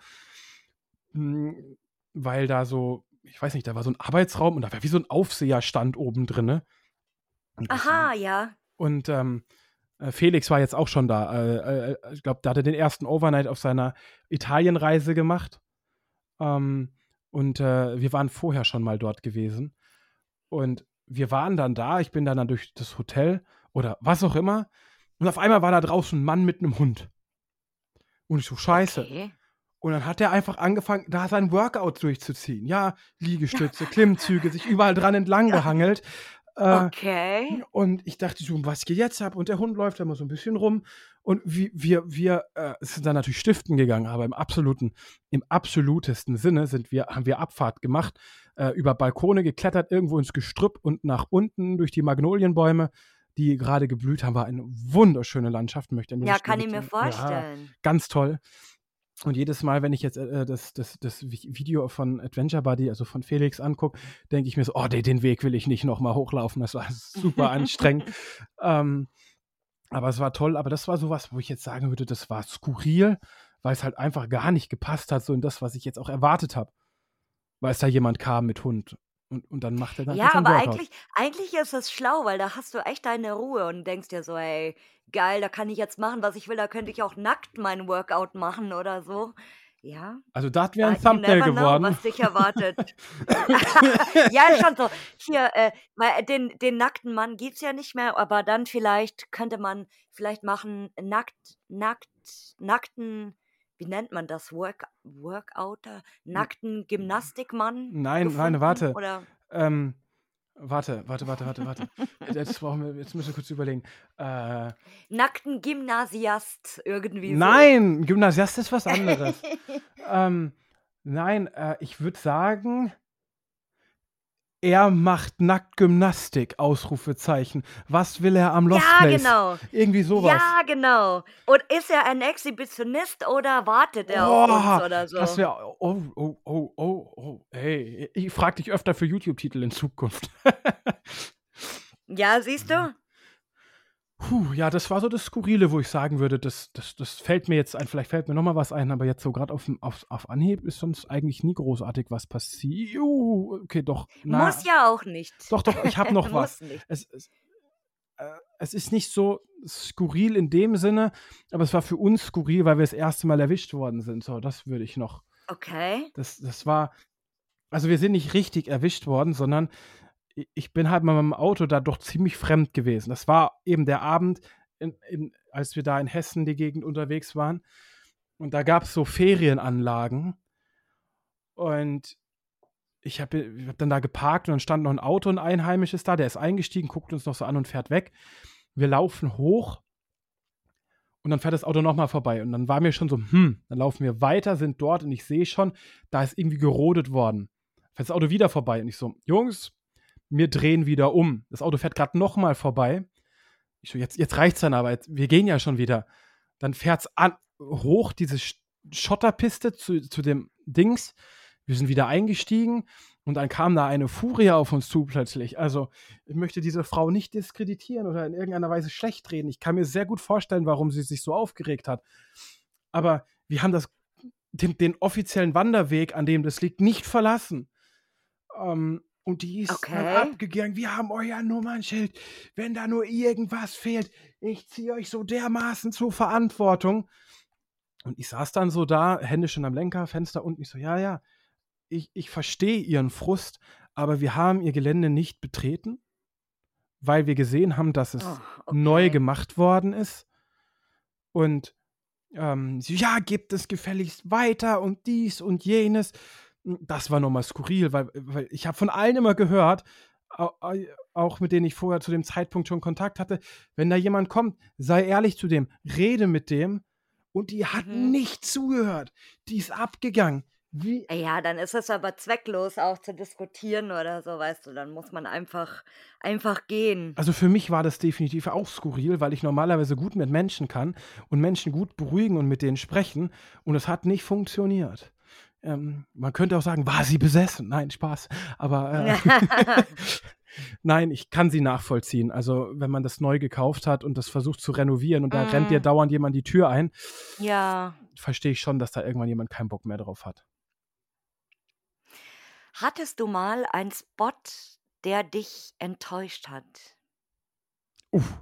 Weil da so, ich weiß nicht, da war so ein Arbeitsraum und da war wie so ein Aufseherstand oben drinne. Und Aha, ja. und, Felix war jetzt auch schon da. Ich glaube, da hat er den ersten Overnight auf seiner Italienreise gemacht. Ähm, wir waren vorher schon mal dort gewesen. Und wir waren dann da. Ich bin dann durch das Hotel oder was auch immer. Und auf einmal war da draußen ein Mann mit einem Hund. Und ich so, scheiße. Okay. Und dann hat er einfach angefangen, da sein Workout durchzuziehen. Ja, Liegestütze, Klimmzüge, sich überall dran entlang gehangelt. Äh, Okay. und ich dachte so, was geht jetzt ab? Und der Hund läuft da mal so ein bisschen rum. Und wir sind dann natürlich stiften gegangen, aber im absolutesten Sinne haben wir Abfahrt gemacht, über Balkone geklettert, irgendwo ins Gestrüpp und nach unten durch die Magnolienbäume, die gerade geblüht haben. War eine wunderschöne Landschaft, möchte an dieser Ja, Stelle kann ich mir betonen. Ja, vorstellen. ganz toll. Und jedes Mal, wenn ich jetzt das Video von Adventure Buddy, also von Felix, angucke, denke ich mir so, oh, den Weg will ich nicht nochmal hochlaufen. Das war super anstrengend. Ähm, aber es war toll. Aber das war sowas, wo ich jetzt sagen würde, das war skurril, weil es halt einfach gar nicht gepasst hat, so in das, was ich jetzt auch erwartet habe. Weil es da jemand kam mit Hund. Und dann macht er dann Ja, sein aber Workout. eigentlich ist es schlau, weil da hast du echt deine Ruhe und denkst dir so: „Ey, geil, da kann ich jetzt machen, was ich will, da könnte ich auch nackt mein Workout machen oder so.“ Ja, Also, das wäre ein you Thumbnail never know, geworden. was dich erwartet. Ja, ist schon so. Hier, weil den nackten Mann gibt's ja nicht mehr, aber dann könnte man vielleicht machen, nackten, wie nennt man das? Workouter? N Nackten Gymnastikmann nein, gefunden warte. oder Ähm, warte. Jetzt müssen wir kurz überlegen. Äh, nackten Gymnasiast, irgendwie so. nein, Gymnasiast ist was anderes. Ähm, nein, ich würde sagen, er macht nackt Gymnastik, Ausrufezeichen. Was will er am Lost Ja, Place? genau. Irgendwie sowas. Ja, genau. Und ist er ein Exhibitionist oder wartet er auf uns Oh, oder das so? wäre hey, ich frage dich öfter für YouTube-Titel in Zukunft. Ja, siehst du? Ja, das war so das Skurrile, wo ich sagen würde, das fällt mir jetzt ein. Vielleicht fällt mir noch mal was ein, aber jetzt so grad auf Anhieb ist sonst eigentlich nie großartig was passiert. Okay, doch, Muss na, ja auch nicht. doch, ich habe noch was. Muss nicht. Es ist nicht so skurril in dem Sinne, aber es war für uns skurril, weil wir das erste Mal erwischt worden sind. So, das würde ich noch. Okay. Das war, also wir sind nicht richtig erwischt worden, sondern ich bin halt mit meinem Auto da doch ziemlich fremd gewesen. Das war eben der Abend, als wir da in Hessen die Gegend unterwegs waren. Und da gab es so Ferienanlagen. Und ich hab dann da geparkt und dann stand noch ein Auto, ein einheimisches da. Der ist eingestiegen, guckt uns noch so an und fährt weg. Wir laufen hoch und dann fährt das Auto nochmal vorbei. Und dann war mir schon so, dann laufen wir weiter, sind dort und ich sehe schon, da ist irgendwie gerodet worden. Fährt das Auto wieder vorbei. Und ich so, Jungs, wir drehen wieder um. Das Auto fährt gerade nochmal vorbei. Ich so, jetzt reicht's dann aber, wir gehen ja schon wieder. Dann fährt's hoch, diese Schotterpiste zu dem Dings. Wir sind wieder eingestiegen und dann kam da eine Furie auf uns zu plötzlich. Also, ich möchte diese Frau nicht diskreditieren oder in irgendeiner Weise schlecht reden. Ich kann mir sehr gut vorstellen, warum sie sich so aufgeregt hat. Aber wir haben den offiziellen Wanderweg, an dem das liegt, nicht verlassen. Und die ist dann Okay. abgegangen. Wir haben euer Nummernschild. Wenn da nur irgendwas fehlt, ich ziehe euch so dermaßen zur Verantwortung. Und ich saß dann so da, Hände schon am Lenker, Fenster unten. Ich so, ja, ich verstehe ihren Frust, aber wir haben ihr Gelände nicht betreten, weil wir gesehen haben, dass es Oh, neu okay. gemacht worden ist. Und sie, ja, gebt es gefälligst weiter und dies und jenes. Das war nochmal skurril, weil ich habe von allen immer gehört, auch mit denen ich vorher zu dem Zeitpunkt schon Kontakt hatte, wenn da jemand kommt, sei ehrlich zu dem, rede mit dem. Und die hat Mhm. nicht zugehört. Die ist abgegangen. Wie? Ja, dann ist es aber zwecklos auch zu diskutieren oder so, weißt du, dann muss man einfach gehen. Also für mich war das definitiv auch skurril, weil ich normalerweise gut mit Menschen kann und Menschen gut beruhigen und mit denen sprechen. Und es hat nicht funktioniert. Man könnte auch sagen, war sie besessen? Nein, Spaß. Aber nein, ich kann sie nachvollziehen. Also wenn man das neu gekauft hat und das versucht zu renovieren und da rennt dir Mm, dauernd jemand die Tür ein, ja. verstehe ich schon, dass da irgendwann jemand keinen Bock mehr drauf hat. Hattest du mal einen Spot, der dich enttäuscht hat? Uff.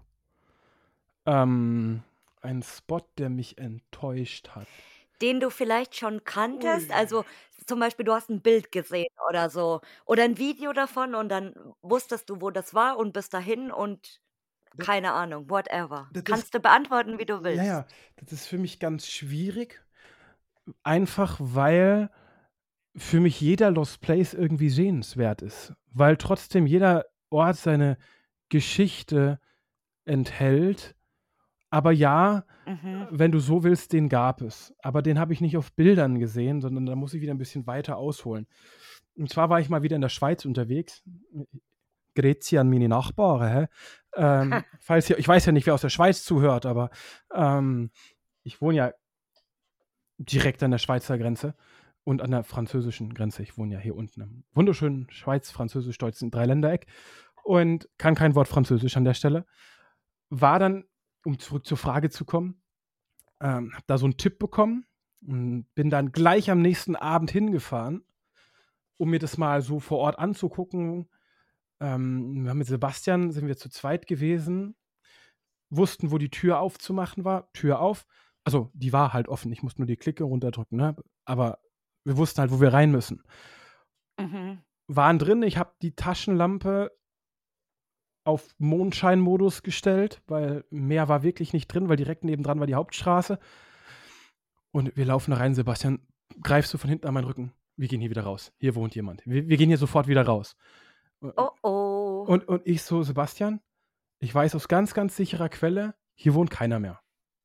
Ein Spot, der mich enttäuscht hat. Den du vielleicht schon kanntest? Ui. Also, zum Beispiel, du hast ein Bild gesehen oder so oder ein Video davon und dann wusstest du, wo das war und bis dahin und Das, keine Ahnung, whatever. das ist, Kannst du beantworten, wie du ja, willst. das ist für mich ganz schwierig. Einfach weil für mich jeder Lost Place irgendwie sehenswert ist. Weil trotzdem jeder Ort seine Geschichte enthält. Aber ja, Mhm. wenn du so willst, den gab es. Aber den habe ich nicht auf Bildern gesehen, sondern da muss ich wieder ein bisschen weiter ausholen. Und zwar war ich mal wieder in der Schweiz unterwegs. Grüezi an meine Nachbarn. Hä? Ich weiß ja nicht, wer aus der Schweiz zuhört, aber ich wohne ja direkt an der Schweizer Grenze und an der französischen Grenze. Ich wohne ja hier unten im wunderschönen Schweiz-Französisch-Deutschen Dreiländereck und kann kein Wort Französisch an der Stelle. War dann, um zurück zur Frage zu kommen, habe da so einen Tipp bekommen und bin dann gleich am nächsten Abend hingefahren um mir das mal so vor Ort anzugucken. Wir haben mit Sebastian, sind wir zu zweit gewesen, wussten, wo die Tür aufzumachen war. Tür auf. Also, die war halt offen. Ich musste nur die Klicke runterdrücken, ne? Aber wir wussten halt, wo wir rein müssen. Mhm. Waren drin. Ich habe die Taschenlampe auf Mondscheinmodus gestellt, weil mehr war wirklich nicht drin, weil direkt nebendran war die Hauptstraße. Und wir laufen da rein. Sebastian, greifst du von hinten an meinen Rücken? Wir gehen hier wieder raus. Hier wohnt jemand. Wir gehen hier sofort wieder raus. Oh oh. Und ich so, Sebastian, ich weiß aus ganz, ganz sicherer Quelle, hier wohnt keiner mehr.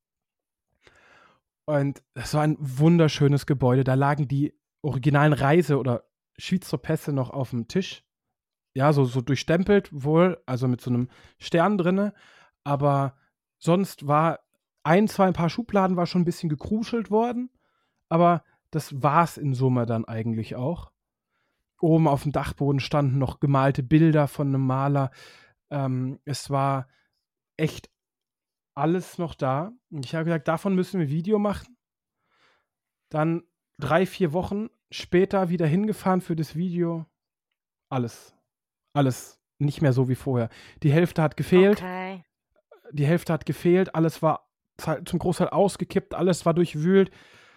Und das war ein wunderschönes Gebäude. Da lagen die originalen Reise- oder Schweizer Pässe noch auf dem Tisch. Ja, so durchstempelt wohl, also mit so einem Stern drinne. Aber sonst war ein paar Schubladen war schon ein bisschen gekruschelt worden. Aber das war's in Summe dann eigentlich auch. Oben auf dem Dachboden standen noch gemalte Bilder von einem Maler. Es war echt alles noch da. Und ich habe gesagt, davon müssen wir Video machen. Dann 3, 4 Wochen später wieder hingefahren für das Video. Alles nicht mehr so wie vorher. Die Hälfte hat gefehlt. Okay. Alles war zum Großteil ausgekippt. Alles war durchwühlt.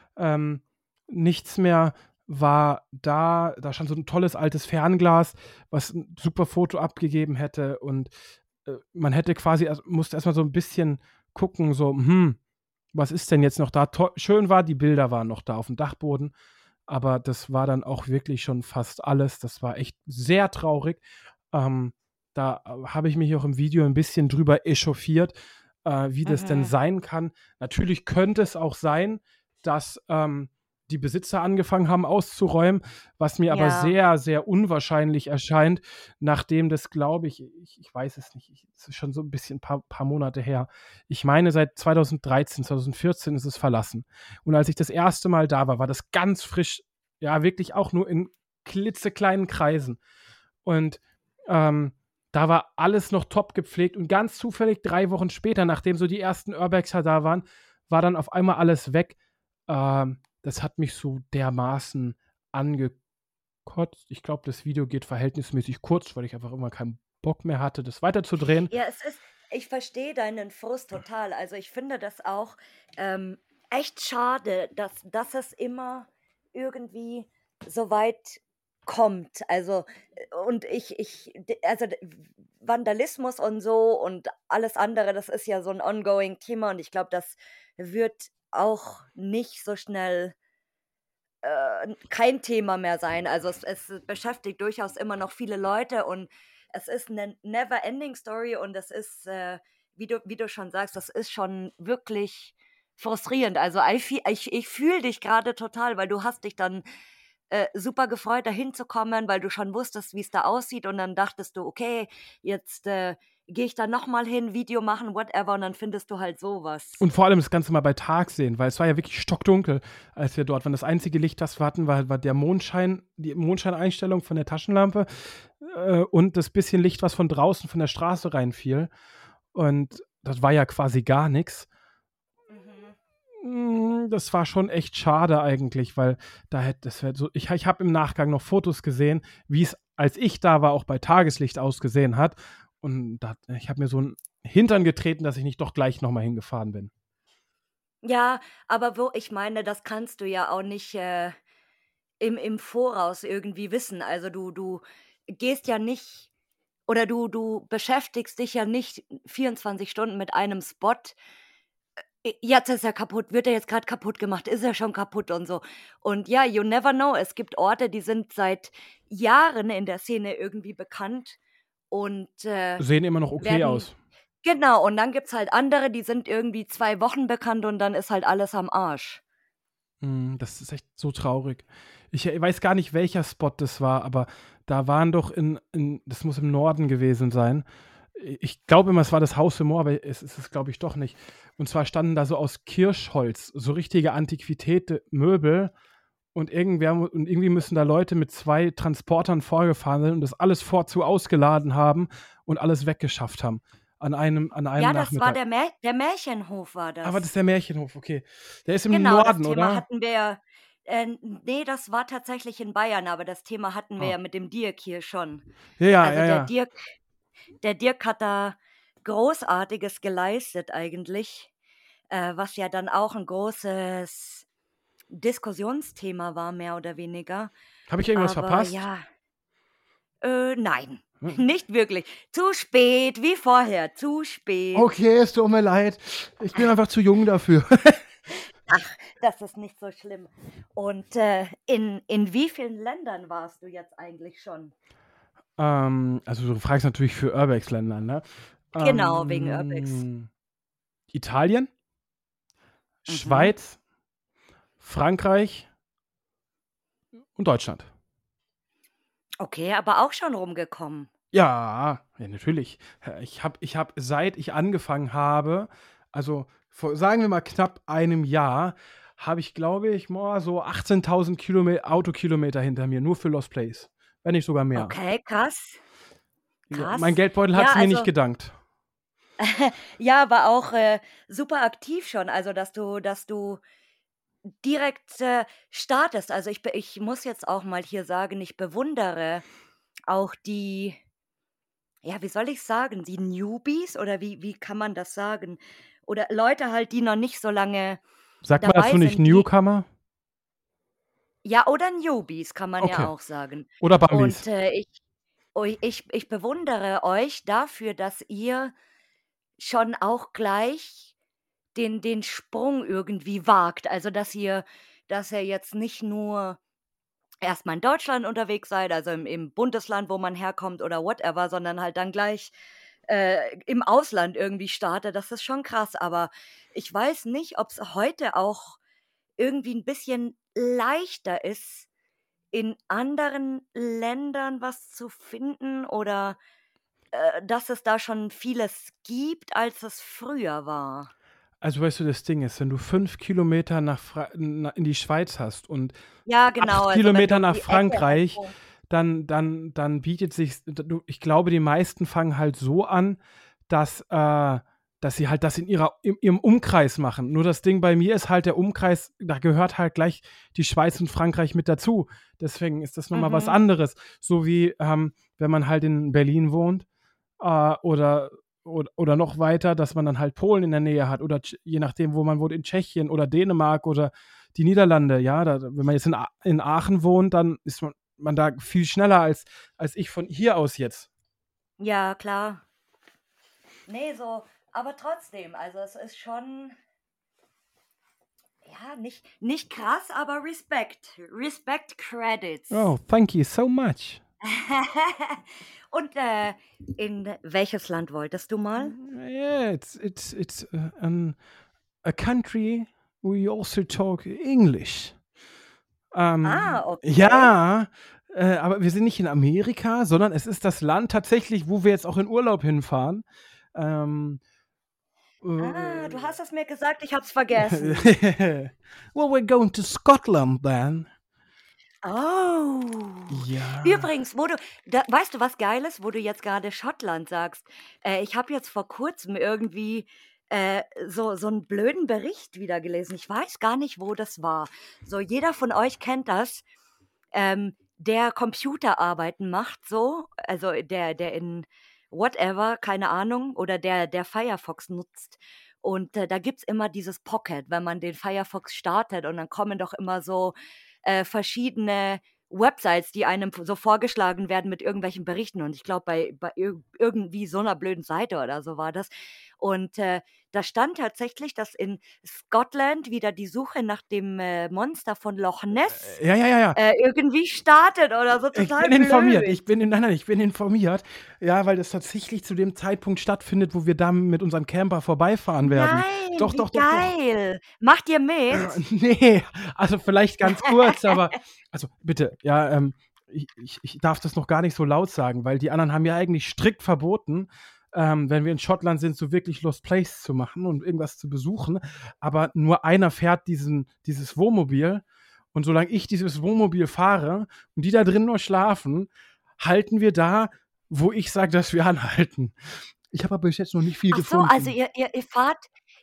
Nichts mehr war da. Da stand so ein tolles altes Fernglas, was ein super Foto abgegeben hätte. Und man hätte musste erstmal so ein bisschen gucken, so, was ist denn jetzt noch da? Schön war, die Bilder waren noch da auf dem Dachboden, aber das war dann auch wirklich schon fast alles. Das war echt sehr traurig. Da habe ich mich auch im Video ein bisschen drüber echauffiert, wie das denn sein kann. Natürlich könnte es auch sein, dass die Besitzer angefangen haben auszuräumen, was mir aber sehr, sehr unwahrscheinlich erscheint, nachdem das, glaube ich weiß es nicht, es ist schon so ein bisschen paar Monate her. Ich meine, seit 2013, 2014 ist es verlassen. Und als ich das erste Mal da war, war das ganz frisch, ja, wirklich auch nur in klitzekleinen Kreisen. Und da war alles noch top gepflegt und ganz zufällig 3 Wochen später, nachdem so die ersten Urbexer da waren, war dann auf einmal alles weg. Das hat mich so dermaßen angekotzt. Ich glaube, das Video geht verhältnismäßig kurz, weil ich einfach immer keinen Bock mehr hatte, das weiterzudrehen. Ja, ich verstehe deinen Frust total. Also ich finde das auch echt schade, dass es immer irgendwie so weit kommt. Also und also Vandalismus und so und alles andere, das ist ja so ein ongoing Thema und ich glaube, das wird auch nicht so schnell kein Thema mehr sein. Also es beschäftigt durchaus immer noch viele Leute und es ist eine never-ending Story und es ist, wie du schon sagst, das ist schon wirklich frustrierend. Also ich fühle dich gerade total, weil du hast dich dann super gefreut, da hinzukommen, weil du schon wusstest, wie es da aussieht und dann dachtest du, okay, jetzt gehe ich da nochmal hin, Video machen, whatever und dann findest du halt sowas. Und vor allem das Ganze mal bei Tag sehen, weil es war ja wirklich stockdunkel, als wir dort waren. Das einzige Licht, das wir hatten, war der Mondschein, die Mondscheineinstellung von der Taschenlampe und das bisschen Licht, was von draußen von der Straße reinfiel. Und das war ja quasi gar nichts. Das war schon echt schade eigentlich, weil ich habe im Nachgang noch Fotos gesehen, wie es, als ich da war, auch bei Tageslicht ausgesehen hat. Und ich habe mir so einen Hintern getreten, dass ich nicht doch gleich nochmal hingefahren bin. Ja, aber ich meine, das kannst du ja auch nicht im Voraus irgendwie wissen. Also du gehst ja nicht oder du beschäftigst dich ja nicht 24 Stunden mit einem Spot. Jetzt ist er kaputt, wird er jetzt gerade kaputt gemacht, ist er schon kaputt und so. Und ja, you never know. Es gibt Orte, die sind seit Jahren in der Szene irgendwie bekannt und Sehen immer noch okay aus. Genau, und dann gibt's halt andere, die sind irgendwie 2 Wochen bekannt und dann ist halt alles am Arsch. Das ist echt so traurig. Ich weiß gar nicht, welcher Spot das war, aber da waren doch das muss im Norden gewesen sein. Ich glaube immer, es war das Haus im Moor, aber es ist es, glaube ich, doch nicht. Und zwar standen da so aus Kirschholz so richtige Antiquitäten, Möbel und irgendwie müssen da Leute mit 2 Transportern vorgefahren sein und das alles vorzu ausgeladen haben und alles weggeschafft haben. An einem Ja, das war Nachmittag. der Märchenhof war Aber das das. ist der Märchenhof, okay. Der ist im Genau, das Norden, Thema oder? hatten wir Nee, das war tatsächlich in Bayern, aber das Thema hatten wir Ah. ja mit dem Dirk hier schon. Ja, Also ja, der ja. Dirk hat da Großartiges geleistet eigentlich, was ja dann auch ein großes Diskussionsthema war, mehr oder weniger. Habe ich irgendwas Aber verpasst? ja, nein, Hm. nicht wirklich. Zu spät, wie vorher, zu spät. Okay, es tut mir leid. Ich bin einfach zu jung dafür. Ach, das ist nicht so schlimm. Und in wie vielen Ländern warst du jetzt eigentlich schon? Also du fragst natürlich für Urbex-Länder, ne? Genau, wegen Urbex. Italien, Mhm. Schweiz, Frankreich und Deutschland. Okay, aber auch schon rumgekommen. Ja, ja, natürlich. Ich hab, seit ich angefangen habe, also vor, sagen wir mal knapp einem Jahr, habe ich, glaube ich, so 18.000 Autokilometer hinter mir, nur für Lost Place. Wenn nicht sogar mehr. Okay, krass, Wie gesagt, mein krass. Geldbeutel hat Ja, es mir nicht also gedankt. ja, aber auch, super aktiv schon, also, dass du direkt, startest. Also, ich muss jetzt auch mal hier sagen, ich bewundere auch die ja, wie soll ich sagen, die Newbies oder wie kann man das sagen? Oder Leute halt, die noch nicht so lange Sagt man dazu dabei nicht sind, die Newcomer? ja, oder Newbies kann man ja Okay. auch sagen. Oder Und, Bambis. ich bewundere euch dafür, dass ihr schon auch gleich den Sprung irgendwie wagt. Also, dass ihr jetzt nicht nur erst mal in Deutschland unterwegs seid, also im Bundesland, wo man herkommt oder whatever, sondern halt dann gleich, im Ausland irgendwie startet. Das ist schon krass, aber ich weiß nicht, ob's heute auch irgendwie 'n bisschen leichter ist, in anderen Ländern was zu finden oder, dass es da schon vieles gibt, als es früher war. Also, weißt du, das Ding ist, wenn du 5 Kilometer in die Schweiz hast und Ja, genau, 8 also wenn du Kilometer um nach die Ecke halt Frankreich, wohnst. dann bietet sich, ich glaube, die meisten fangen halt so an, dass, dass sie halt das in ihrem Umkreis machen. Nur das Ding bei mir ist halt der Umkreis, da gehört halt gleich die Schweiz und Frankreich mit dazu. Deswegen ist das noch mal was Mhm. anderes. So wie, wenn man halt in Berlin wohnt, oder oder noch weiter, dass man dann halt Polen in der Nähe hat oder je nachdem, wo man wohnt, in Tschechien oder Dänemark oder die Niederlande, ja, wenn man jetzt in Aachen wohnt, dann ist man da viel schneller als ich von hier aus jetzt. Ja, klar. Ne, so aber trotzdem, also es ist schon, ja, nicht krass, aber Respekt. Respect Credits. Oh, thank you so much. Und, in welches Land wolltest du mal? Yeah, it's a country we also talk English. Okay. Ja, aber wir sind nicht in Amerika, sondern es ist das Land tatsächlich, wo wir jetzt auch in Urlaub hinfahren. Ähm, Du hast äh, es mir gesagt, ich habe es vergessen. well, we're going to Scotland then. Oh. Ja. Übrigens, wo du da weißt du, was Geiles, wo du jetzt gerade Schottland sagst? Ich habe jetzt vor Kurzem irgendwie, so 'n blöden Bericht wieder gelesen. Ich weiß gar nicht, wo das war. So, jeder von euch kennt das, der Computerarbeiten macht so, also der in whatever, keine Ahnung, oder der Firefox nutzt. Und, da gibt's immer dieses Pocket, wenn man den Firefox startet und dann kommen doch immer so, verschiedene Websites, die einem so vorgeschlagen werden mit irgendwelchen Berichten. Und ich glaube, bei irgendwie so einer blöden Seite oder so war das. Und, da stand tatsächlich, dass in Scotland wieder die Suche nach dem, Monster von Loch Ness, Ja, ja, ja, ja. irgendwie startet oder so, Ich total bin informiert. blöd. Nein, nein, ich bin informiert. Ja, weil das tatsächlich zu dem Zeitpunkt stattfindet, wo wir da mit unserem Camper vorbeifahren werden. Nein, Doch, wie doch, doch, doch. geil. Macht ihr mit? Ne, also vielleicht ganz kurz, aber also bitte, ja, ich darf das noch gar nicht so laut sagen, weil die anderen haben ja eigentlich strikt verboten, wenn wir in Schottland sind, so wirklich Lost Place zu machen und irgendwas zu besuchen. Aber nur einer fährt dieses Wohnmobil und solange ich dieses Wohnmobil fahre und die da drin nur schlafen, halten wir da, wo ich sage, dass wir anhalten. Ich habe aber bis jetzt noch nicht viel Ach so, also gefunden.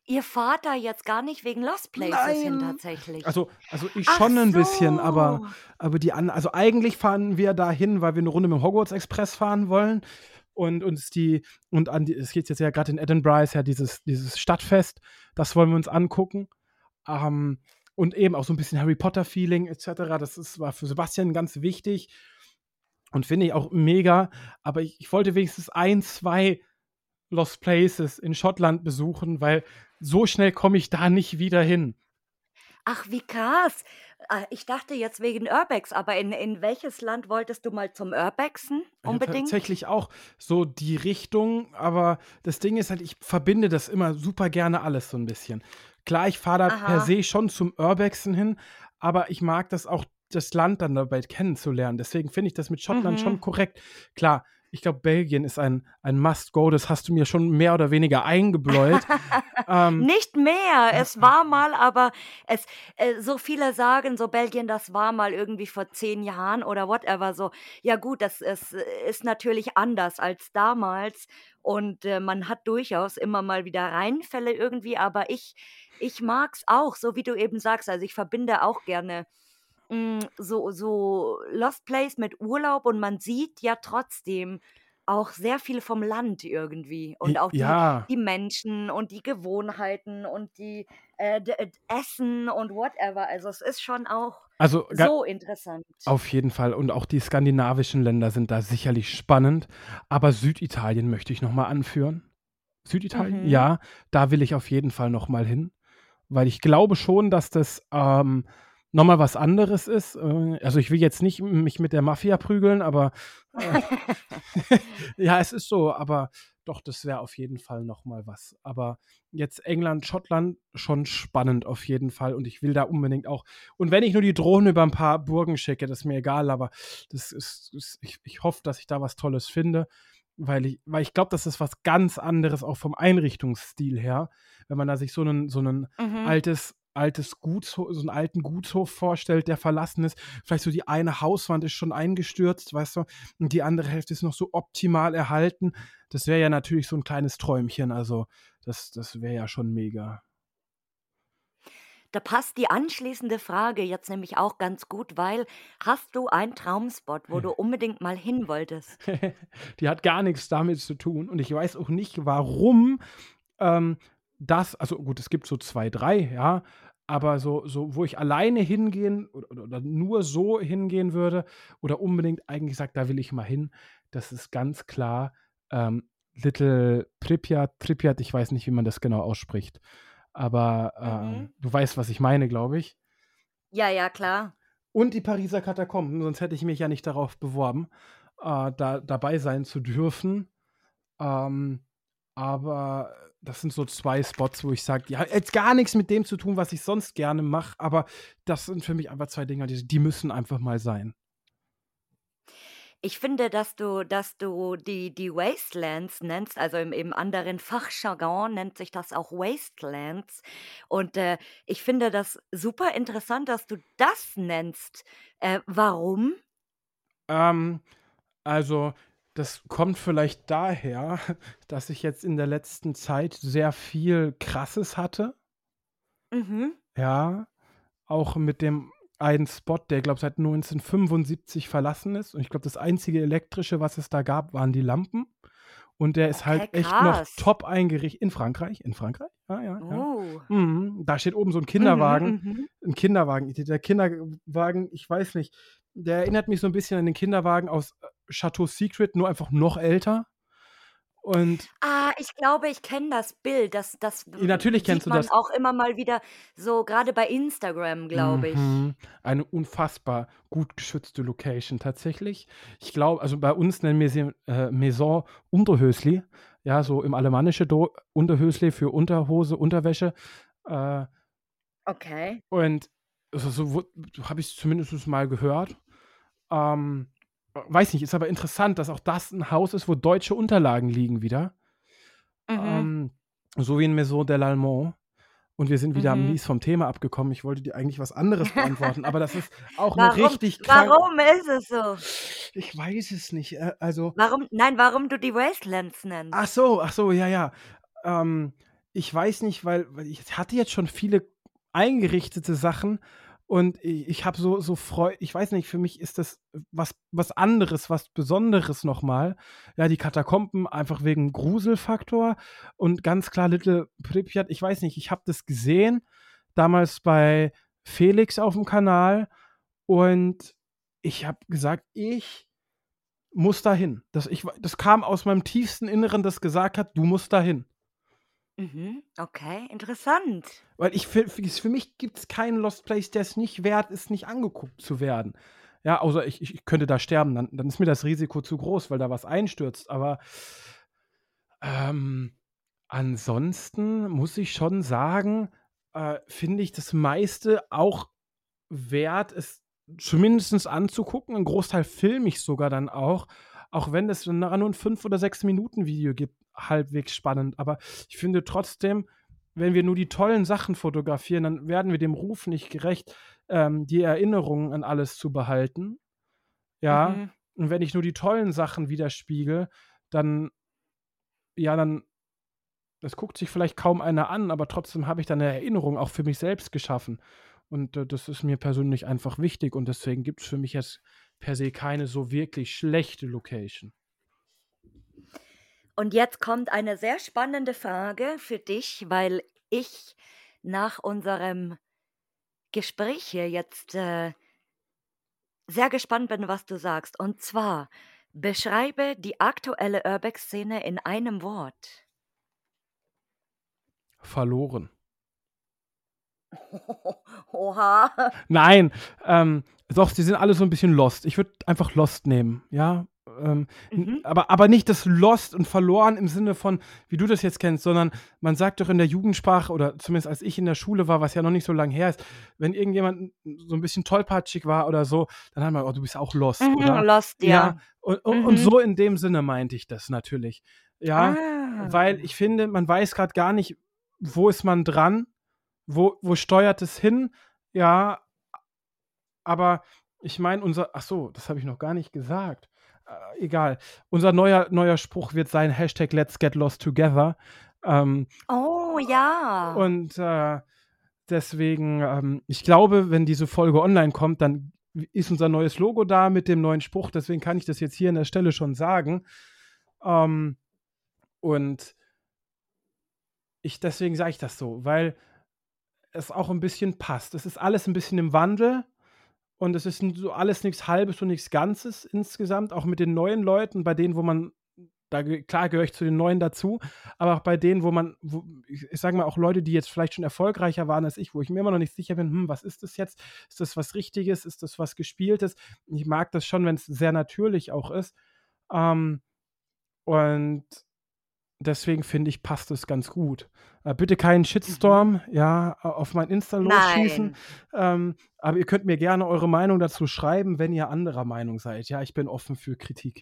Ihr fahrt da jetzt gar nicht wegen Lost Places hin Nein. tatsächlich? Also ich Ach schon ein bisschen, aber so. also eigentlich fahren wir dahin, weil wir eine Runde mit dem Hogwarts Express fahren wollen und uns es geht jetzt ja gerade in Edinburgh, ist ja dieses Stadtfest, das wollen wir uns angucken. Und eben auch so ein bisschen Harry Potter-Feeling et cetera. War für Sebastian ganz wichtig und finde ich auch mega. Aber ich wollte wenigstens 1, 2 Lost Places in Schottland besuchen, weil so schnell komme ich da nicht wieder hin. Ach, wie krass. Ich dachte jetzt wegen Urbex, aber in welches Land wolltest du mal zum Urbexen Ja, unbedingt? tatsächlich auch so die Richtung, aber das Ding ist halt, ich verbinde das immer super gerne alles so ein bisschen. Klar, ich fahre da per Aha. se schon zum Urbexen hin, aber ich mag das auch, das Land dann dabei kennenzulernen. Deswegen finde ich das mit Schottland schon Mhm. korrekt. Klar, ich glaube, Belgien ist ein Must-Go, das hast du mir schon mehr oder weniger eingebläut. Ähm, Nicht mehr. Es war mal, aber es so viele sagen so: „Belgien, das war mal irgendwie vor 10 Jahren“ oder whatever so. Ja gut, das ist natürlich anders als damals und, man hat durchaus immer mal wieder Reinfälle irgendwie, aber ich mag's auch, so wie du eben sagst. Also, ich verbinde auch gerne, so Lost Place mit Urlaub und man sieht ja trotzdem auch sehr viel vom Land irgendwie und auch ja, die Menschen und die Gewohnheiten und die, Essen und whatever. Also, es ist schon auch also so interessant. auf jeden Fall. Und auch die skandinavischen Länder sind da sicherlich spannend. Aber Süditalien möchte ich noch mal anführen. Süditalien? Mhm. Ja, da will ich auf jeden Fall noch mal hin, weil ich glaube schon, dass das, noch mal was anderes ist. Also, ich will jetzt nicht mich mit der Mafia prügeln, aber, äh, ja, es ist so, aber doch, das wäre auf jeden Fall noch mal was. Aber jetzt England, Schottland, schon spannend auf jeden Fall und ich will da unbedingt auch, und wenn ich nur die Drohne über ein paar Burgen schicke, das ist mir egal, aber ich hoffe, dass ich da was Tolles finde, weil ich glaube, das ist was ganz anderes auch vom Einrichtungsstil her, wenn man da sich so 'nen Mhm. altes Gutsho so 'n alten Gutshof vorstellt, der verlassen ist. Vielleicht so die eine Hauswand ist schon eingestürzt, weißt du, und die andere Hälfte ist noch so optimal erhalten. Das wäre ja natürlich so 'n kleines Träumchen, also das wäre ja schon mega. Da passt die anschließende Frage jetzt nämlich auch ganz gut, weil hast du einen Traumspot, wo du unbedingt mal hin wolltest? Die hat gar nix damit zu tun und ich weiß auch nicht, warum, ähm, also gut, es gibt so 2, 3, ja, aber so, wo ich alleine hingehen oder nur so hingehen würde oder unbedingt eigentlich sage: „Da will ich mal hin“, das ist ganz klar, Little Pripyat, ich weiß nicht, wie man das genau ausspricht, aber, Mhm. du weißt, was ich meine, glaube ich. Ja, ja, klar. Und die Pariser Katakomben, sonst hätte ich mich ja nicht darauf beworben, da dabei sein zu dürfen. Ähm, aber das sind so 2 Spots, wo ich sage, die haben jetzt gar nichts mit dem zu tun, was ich sonst gerne mache, aber das sind für mich einfach 2 Dinger, die müssen einfach mal sein. Ich finde, dass du die Wastelands nennst, also im anderen Fachjargon nennt sich das auch Wastelands. Und, ich finde das super interessant, dass du das nennst. Warum? Ähm, also, das kommt vielleicht daher, dass ich jetzt in der letzten Zeit sehr viel Krasses hatte, Mhm. ja, auch mit dem einen Spot, der, glaube ich, seit 1975 verlassen ist. Und ich glaube, das einzige Elektrische, was es da gab, waren die Lampen. Und der ist halt Okay, echt noch krass. top eingerichtet in Frankreich. In Frankreich? Ja, ja, ja. Oh. Da steht oben so 'n Mhm, Kinderwagen. mhm. 'N Kinderwagen. Der Kinderwagen, ich weiß nicht, der erinnert mich so 'n bisschen an den Kinderwagen aus, Chateau Secret, nur einfach noch älter. Und Ah, ich glaube, ich kenne das Bild. Das natürlich kennst sieht du man das. auch immer mal wieder so gerade bei Instagram, glaube ich. Mhm. Eine unfassbar gut geschützte Location tatsächlich. Ich glaube, also, bei uns nennen wir sie, Maison Unterhösli, ja, so im Alemannische do Unterhösli für Unterhose, Unterwäsche. Äh, Okay. und so habe ich's zumindest mal gehört. Ähm, weiß nicht, ist aber interessant, dass auch das 'n Haus ist, wo deutsche Unterlagen liegen wieder, Mhm, ähm, so wie in Maison Delallemande. Und wir sind wieder mhm. mies vom Thema abgekommen. Ich wollte dir eigentlich was anderes beantworten, aber das ist auch 'ne Warum richtig krank warum ist es so? ich weiß es nicht, also Warum du die Wastelands ach nennst? so, ach so, ja, ja. Ähm, ich weiß nicht, weil ich hatte jetzt schon viele eingerichtete Sachen und ich habe so Freude. Ich weiß nicht, für mich ist das was anderes, was Besonderes nochmal. Ja, die Katakomben einfach wegen Gruselfaktor und ganz klar Little Pripyat. Ich weiß nicht, ich habe das gesehen, damals bei Felix auf dem Kanal und ich habe gesagt, ich muss dahin. Das kam aus meinem tiefsten Inneren, das gesagt hat, du musst dahin. Mhm, okay, interessant. Weil für mich gibt es keinen Lost Place, der es nicht wert ist, nicht angeguckt zu werden. Ja, außer ich könnte da sterben, dann ist mir das Risiko zu groß, weil da was einstürzt. Aber ansonsten muss ich schon sagen, finde ich das meiste auch wert, es zumindest anzugucken. Einen Großteil filme ich sogar dann auch wenn es nur ein 5 oder 6 Minuten Video gibt, halbwegs spannend. Aber ich finde trotzdem, wenn wir nur die tollen Sachen fotografieren, dann werden wir dem Ruf nicht gerecht, die Erinnerungen an alles zu behalten. Ja, Mhm. und wenn ich nur die tollen Sachen widerspiegel, dann dann das guckt sich vielleicht kaum einer an, aber trotzdem habe ich dann eine Erinnerung auch für mich selbst geschaffen. Und, das ist mir persönlich einfach wichtig und deswegen gibt es für mich jetzt per se keine so wirklich schlechte Location. Und jetzt kommt eine sehr spannende Frage für dich, weil ich nach unserem Gespräch hier jetzt sehr gespannt bin, was du sagst. Und zwar, beschreibe die aktuelle Urbex-Szene in einem Wort. Verloren. Oha. Nein, doch, sie sind alle so ein bisschen lost. Ich würde einfach lost nehmen, ja? Mhm. Aber nicht das lost und verloren im Sinne von, wie du das jetzt kennst, sondern man sagt doch in der Jugendsprache oder zumindest als ich in der Schule war, was ja noch nicht so lange her ist, wenn irgendjemand so ein bisschen tollpatschig war oder so, dann hat man: „Oh, du bist auch lost“, Mhm, oder? lost, Ja, ja. und Mhm. so in dem Sinne meinte ich das natürlich. Ja, weil Ah. ich finde, man weiß gerade gar nicht, wo ist man dran, wo steuert es hin? Ja, aber ich meine, ach so, das habe ich noch gar nicht gesagt. Egal. Unser neuer Spruch wird sein Hashtag Let's Get Lost Together. Ähm, Oh ja. und deswegen, ich glaube, wenn diese Folge online kommt, dann ist unser neues Logo da mit dem neuen Spruch. Deswegen kann ich das jetzt hier an der Stelle schon sagen. Ähm, und deswegen sage ich das so, weil es auch ein bisschen passt. Es ist alles ein bisschen im Wandel. Und es ist so alles nichts Halbes und nichts Ganzes insgesamt, auch mit den neuen Leuten, bei denen, wo man klar gehöre ich zu den Neuen dazu, aber auch bei denen, ich sage mal, auch Leute, die jetzt vielleicht schon erfolgreicher waren als ich, wo ich mir immer noch nicht sicher bin, was ist das jetzt? Ist das was Richtiges? Ist das was Gespieltes? Ich mag das schon, wenn es sehr natürlich auch ist. Ähm, und deswegen finde ich, passt es ganz gut. Bitte keinen Mhm. Shitstorm, ja, auf mein Insta losschießen. Nein. Aber ihr könnt mir gerne eure Meinung dazu schreiben, wenn ihr anderer Meinung seid. Ja, ich bin offen für Kritik.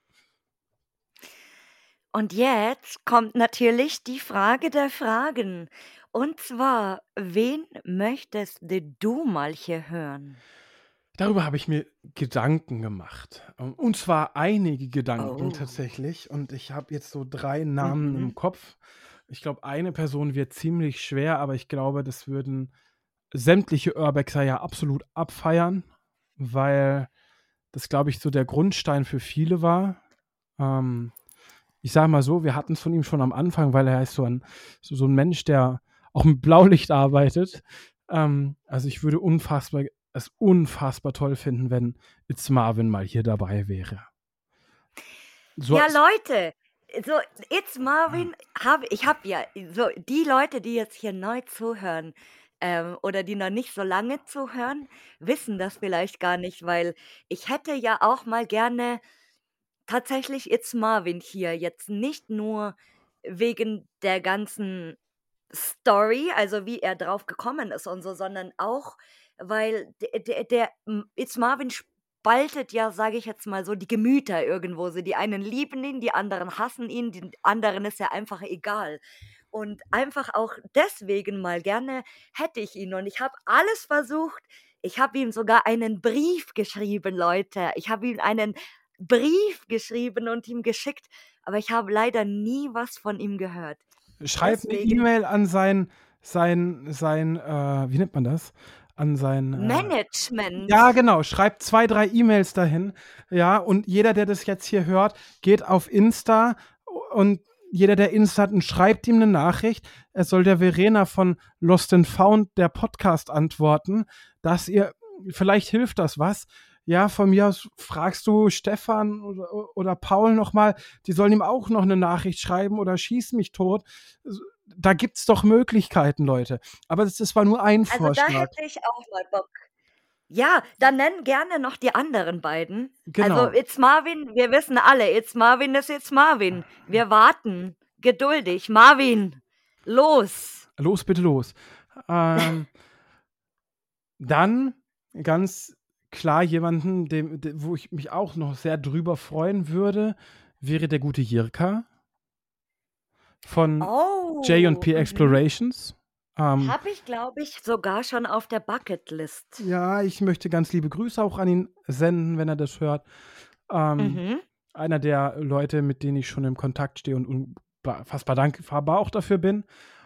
Und jetzt kommt natürlich die Frage der Fragen. Und zwar, wen möchtest du mal hier hören? Darüber habe ich mir Gedanken gemacht. Und zwar einige Gedanken Oh. tatsächlich. Und ich habe jetzt so 3 Namen im Mhm. Kopf. Ich glaube, eine Person wird ziemlich schwer, aber ich glaube, das würden sämtliche Urbexer ja absolut abfeiern, weil das, glaube ich, so der Grundstein für viele war. Ähm, Ich sage mal so, wir hatten es von ihm schon am Anfang, weil er ist so ein Mensch, der auch mit Blaulicht arbeitet. Also ich würde es unfassbar toll finden, wenn It's Marvin mal hier dabei wäre. So Ja, als Leute, so It's Marvin habe ja so die Leute, die jetzt hier neu zuhören, oder die noch nicht so lange zuhören, wissen das vielleicht gar nicht, weil ich hätte ja auch mal gerne tatsächlich It's Marvin hier, jetzt nicht nur wegen der ganzen Story, also wie er drauf gekommen ist und so, sondern auch, weil It's Marvin spaltet ja, sage ich jetzt mal so, die Gemüter irgendwo so. Die einen lieben ihn, die anderen hassen ihn, den anderen ist ja einfach egal. Und einfach auch deswegen mal gerne hätte ich ihn und ich habe alles versucht. Ich habe ihm sogar einen Brief geschrieben, Leute. Ich habe ihm einen Brief geschrieben und ihm geschickt, aber ich habe leider nie was von ihm gehört. Schreib eine Deswegen E-Mail an wie nennt man das? An sein Management. ja, genau, schreib 2, 3 E-Mails dahin. Ja, und jeder, der das jetzt hier hört, geht auf Insta und jeder, der Insta hat, und schreibt ihm eine Nachricht. Er soll der Verena von Lost and Found, der Podcast, antworten, dass ihr, vielleicht hilft das was. Ja, von mir aus fragst du Stefan oder Paul nochmal, die sollen ihm auch noch eine Nachricht schreiben oder schieß mich tot. Da gibt's doch Möglichkeiten, Leute. Aber das war nur ein Also da Vorschlag. hätte ich auch mal Bock. Ja, dann nenn gerne noch die anderen beiden. Genau. Also It's Marvin, wir wissen alle, It's Marvin ist It's Marvin. Wir warten geduldig. Marvin, los. Los, bitte los. Dann ganz klar jemanden, wo ich mich auch noch sehr drüber freuen würde, wäre der gute Jirka von J&P Explorations. Habe ich, glaube ich, sogar schon auf der Bucketlist. Ja, ich möchte ganz liebe Grüße auch an ihn senden, wenn er das hört. Einer der Leute, mit denen ich schon im Kontakt stehe und unfassbar dankbar auch dafür bin.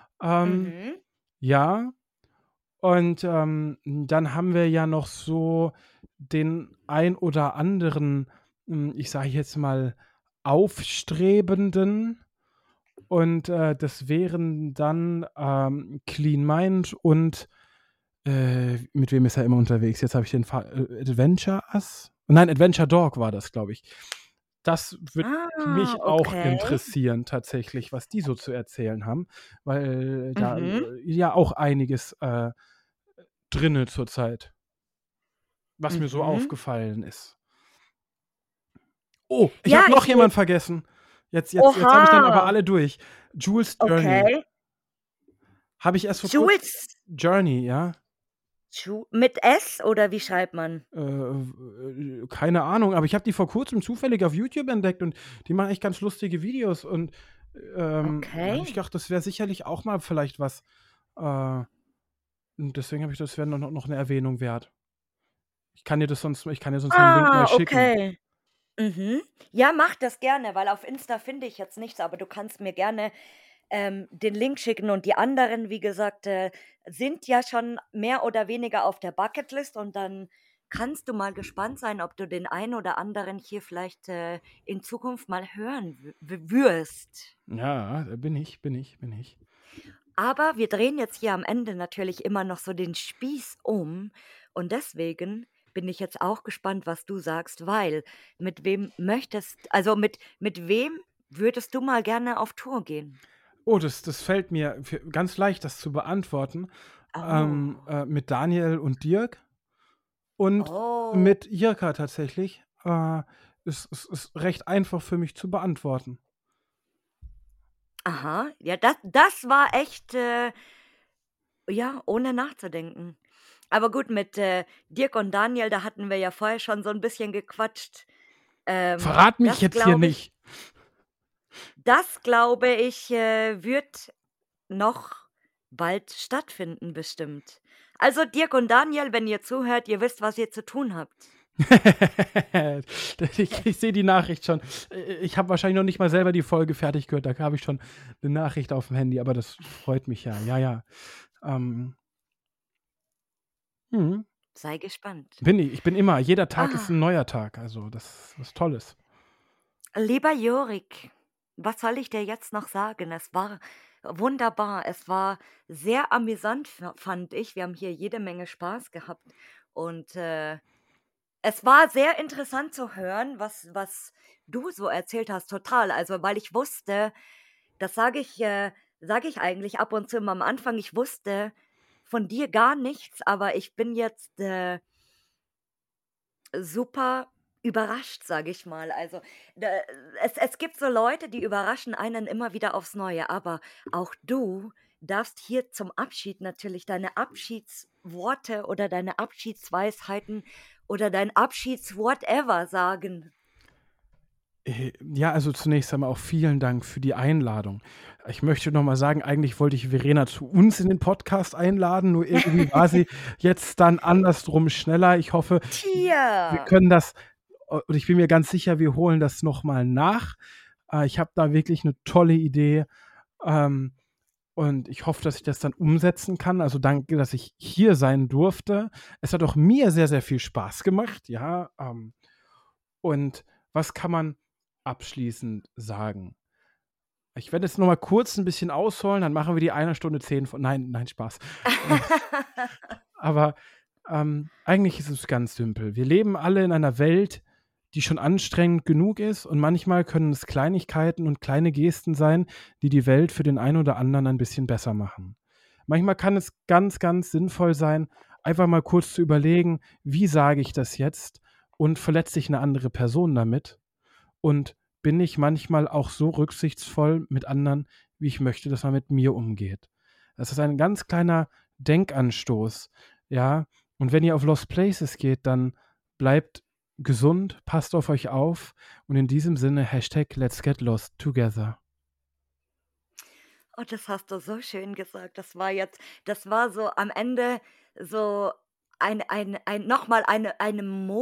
Ja. Und dann haben wir ja noch so den ein oder anderen, ich sage jetzt mal, Aufstrebenden. Und das wären dann Clean Mind und mit wem ist er immer unterwegs? Jetzt habe ich den Adventure Us? Nein, Adventure Dog war das, glaube ich. Das würde mich auch interessieren, tatsächlich, was die so zu erzählen haben, weil da ja auch einiges drinne zurzeit, was mir so aufgefallen ist. Oh, ich habe noch jemanden vergessen. Jetzt habe ich dann aber alle durch. Jules Journey. Okay. Habe ich erst vor kurzem. Journey, ja. Mit S oder wie schreibt man? Keine Ahnung, aber ich habe die vor kurzem zufällig auf YouTube entdeckt und die machen echt ganz lustige Videos und habe ich gedacht, das wäre sicherlich auch mal vielleicht was. Und deswegen habe ich das wäre noch eine Erwähnung wert. Ich kann dir sonst einen Link mal schicken. Okay. Ja, mach das gerne, weil auf Insta finde ich jetzt nichts, aber du kannst mir gerne den Link schicken und die anderen, wie gesagt, sind ja schon mehr oder weniger auf der Bucketlist und dann kannst du mal gespannt sein, ob du den einen oder anderen hier vielleicht in Zukunft mal hören wirst. Ja, bin ich. Aber wir drehen jetzt hier am Ende natürlich immer noch so den Spieß um und deswegen bin ich jetzt auch gespannt, was du sagst, weil mit wem würdest du mal gerne auf Tour gehen? Oh, das fällt mir ganz leicht, das zu beantworten. Mit Daniel und Dirk und mit Jirka tatsächlich. Ist recht einfach für mich zu beantworten. Aha, ja, das war echt, ja, ohne nachzudenken. Aber gut, mit Dirk und Daniel, da hatten wir ja vorher schon so ein bisschen gequatscht. Verrat mich jetzt hier nicht. Das, glaube ich, wird noch bald stattfinden, bestimmt. Also Dirk und Daniel, wenn ihr zuhört, ihr wisst, was ihr zu tun habt. Ich sehe die Nachricht schon. Ich habe wahrscheinlich noch nicht mal selber die Folge fertig gehört. Da habe ich schon eine Nachricht auf dem Handy, aber das freut mich ja. Ja. Sei gespannt. Ich bin immer. Jeder Tag ist ein neuer Tag. Also das ist was Tolles. Lieber Jorik, was soll ich dir jetzt noch sagen? Es war wunderbar. Es war sehr amüsant, fand ich. Wir haben hier jede Menge Spaß gehabt. Und es war sehr interessant zu hören, was du so erzählt hast. Total. Also, weil ich wusste, das sage ich eigentlich ab und zu immer am Anfang, ich wusste von dir gar nichts, aber ich bin jetzt super überrascht, sage ich mal. Also es gibt so Leute, die überraschen einen immer wieder aufs Neue, aber auch du darfst hier zum Abschied natürlich deine Abschiedsworte oder deine Abschiedsweisheiten oder dein Abschieds-whatever sagen. Ja, also zunächst einmal auch vielen Dank für die Einladung. Ich möchte nochmal sagen, eigentlich wollte ich Verena zu uns in den Podcast einladen, nur irgendwie war sie jetzt dann andersrum schneller. Ich hoffe, wir können das, und ich bin mir ganz sicher, wir holen das nochmal nach. Ich habe da wirklich eine tolle Idee. Und ich hoffe, dass ich das dann umsetzen kann. Also danke, dass ich hier sein durfte. Es hat auch mir sehr, sehr viel Spaß gemacht, ja. Und was kann man abschließend sagen? Ich werde jetzt noch mal kurz ein bisschen ausholen, dann machen wir die 1 Stunde 10 von nein, Spaß. Aber, eigentlich ist es ganz simpel. Wir leben alle in einer Welt, die schon anstrengend genug ist und manchmal können es Kleinigkeiten und kleine Gesten sein, die die Welt für den einen oder anderen ein bisschen besser machen. Manchmal kann es ganz, ganz sinnvoll sein, einfach mal kurz zu überlegen: „Wie sage ich das jetzt und verletze ich 'ne andere Person damit? Und bin ich manchmal auch so rücksichtsvoll mit anderen, wie ich möchte, dass man mit mir umgeht?“ Das ist ein ganz kleiner Denkanstoß, ja? Und wenn ihr auf Lost Places geht, dann bleibt gesund, passt auf euch auf und in diesem Sinne #Let's get lost together. Oh, das hast du so schön gesagt. Das war so am Ende so ein noch mal eine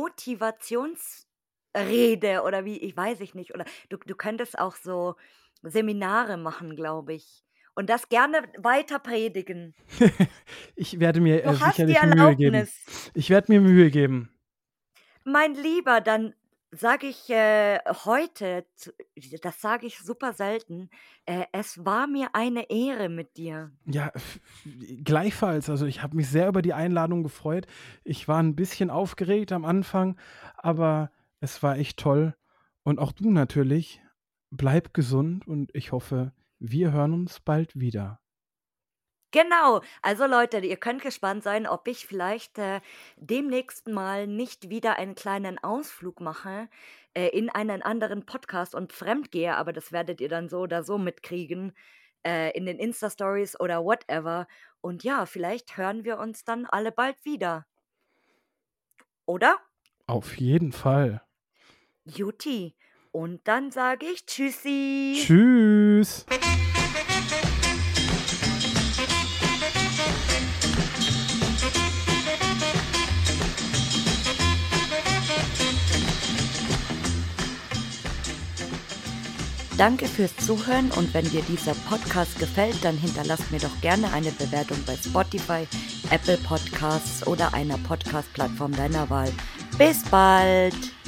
Motivationsrede oder wie ich weiß ich nicht. Oder du könntest auch so Seminare machen, glaube ich, und das gerne weiter predigen. Ich werde mir, Du hast die sicherlich Mühe geben. Erlaubnis. Ich werde mir Mühe geben. Mein Lieber, dann sage ich, heute zu das sage ich super selten, es war mir eine Ehre mit dir. Ja, gleichfalls. Also, ich habe mich sehr über die Einladung gefreut. Ich war ein bisschen aufgeregt am Anfang, aber es war echt toll. Und auch du natürlich. Bleib gesund und ich hoffe, wir hören uns bald wieder. Genau. Also Leute, ihr könnt gespannt sein, ob ich vielleicht, demnächst mal nicht wieder einen kleinen Ausflug mache, in einen anderen Podcast und fremdgehe, aber das werdet ihr dann so oder so mitkriegen, in den Insta-Stories oder whatever. Und ja, vielleicht hören wir uns dann alle bald wieder, oder? Auf jeden Fall. Juti. Und dann sage ich Tschüssi. Tschüss. Danke fürs Zuhören und wenn dir dieser Podcast gefällt, dann hinterlasst mir doch gerne eine Bewertung bei Spotify, Apple Podcasts oder einer Podcast-Plattform deiner Wahl. Bis bald!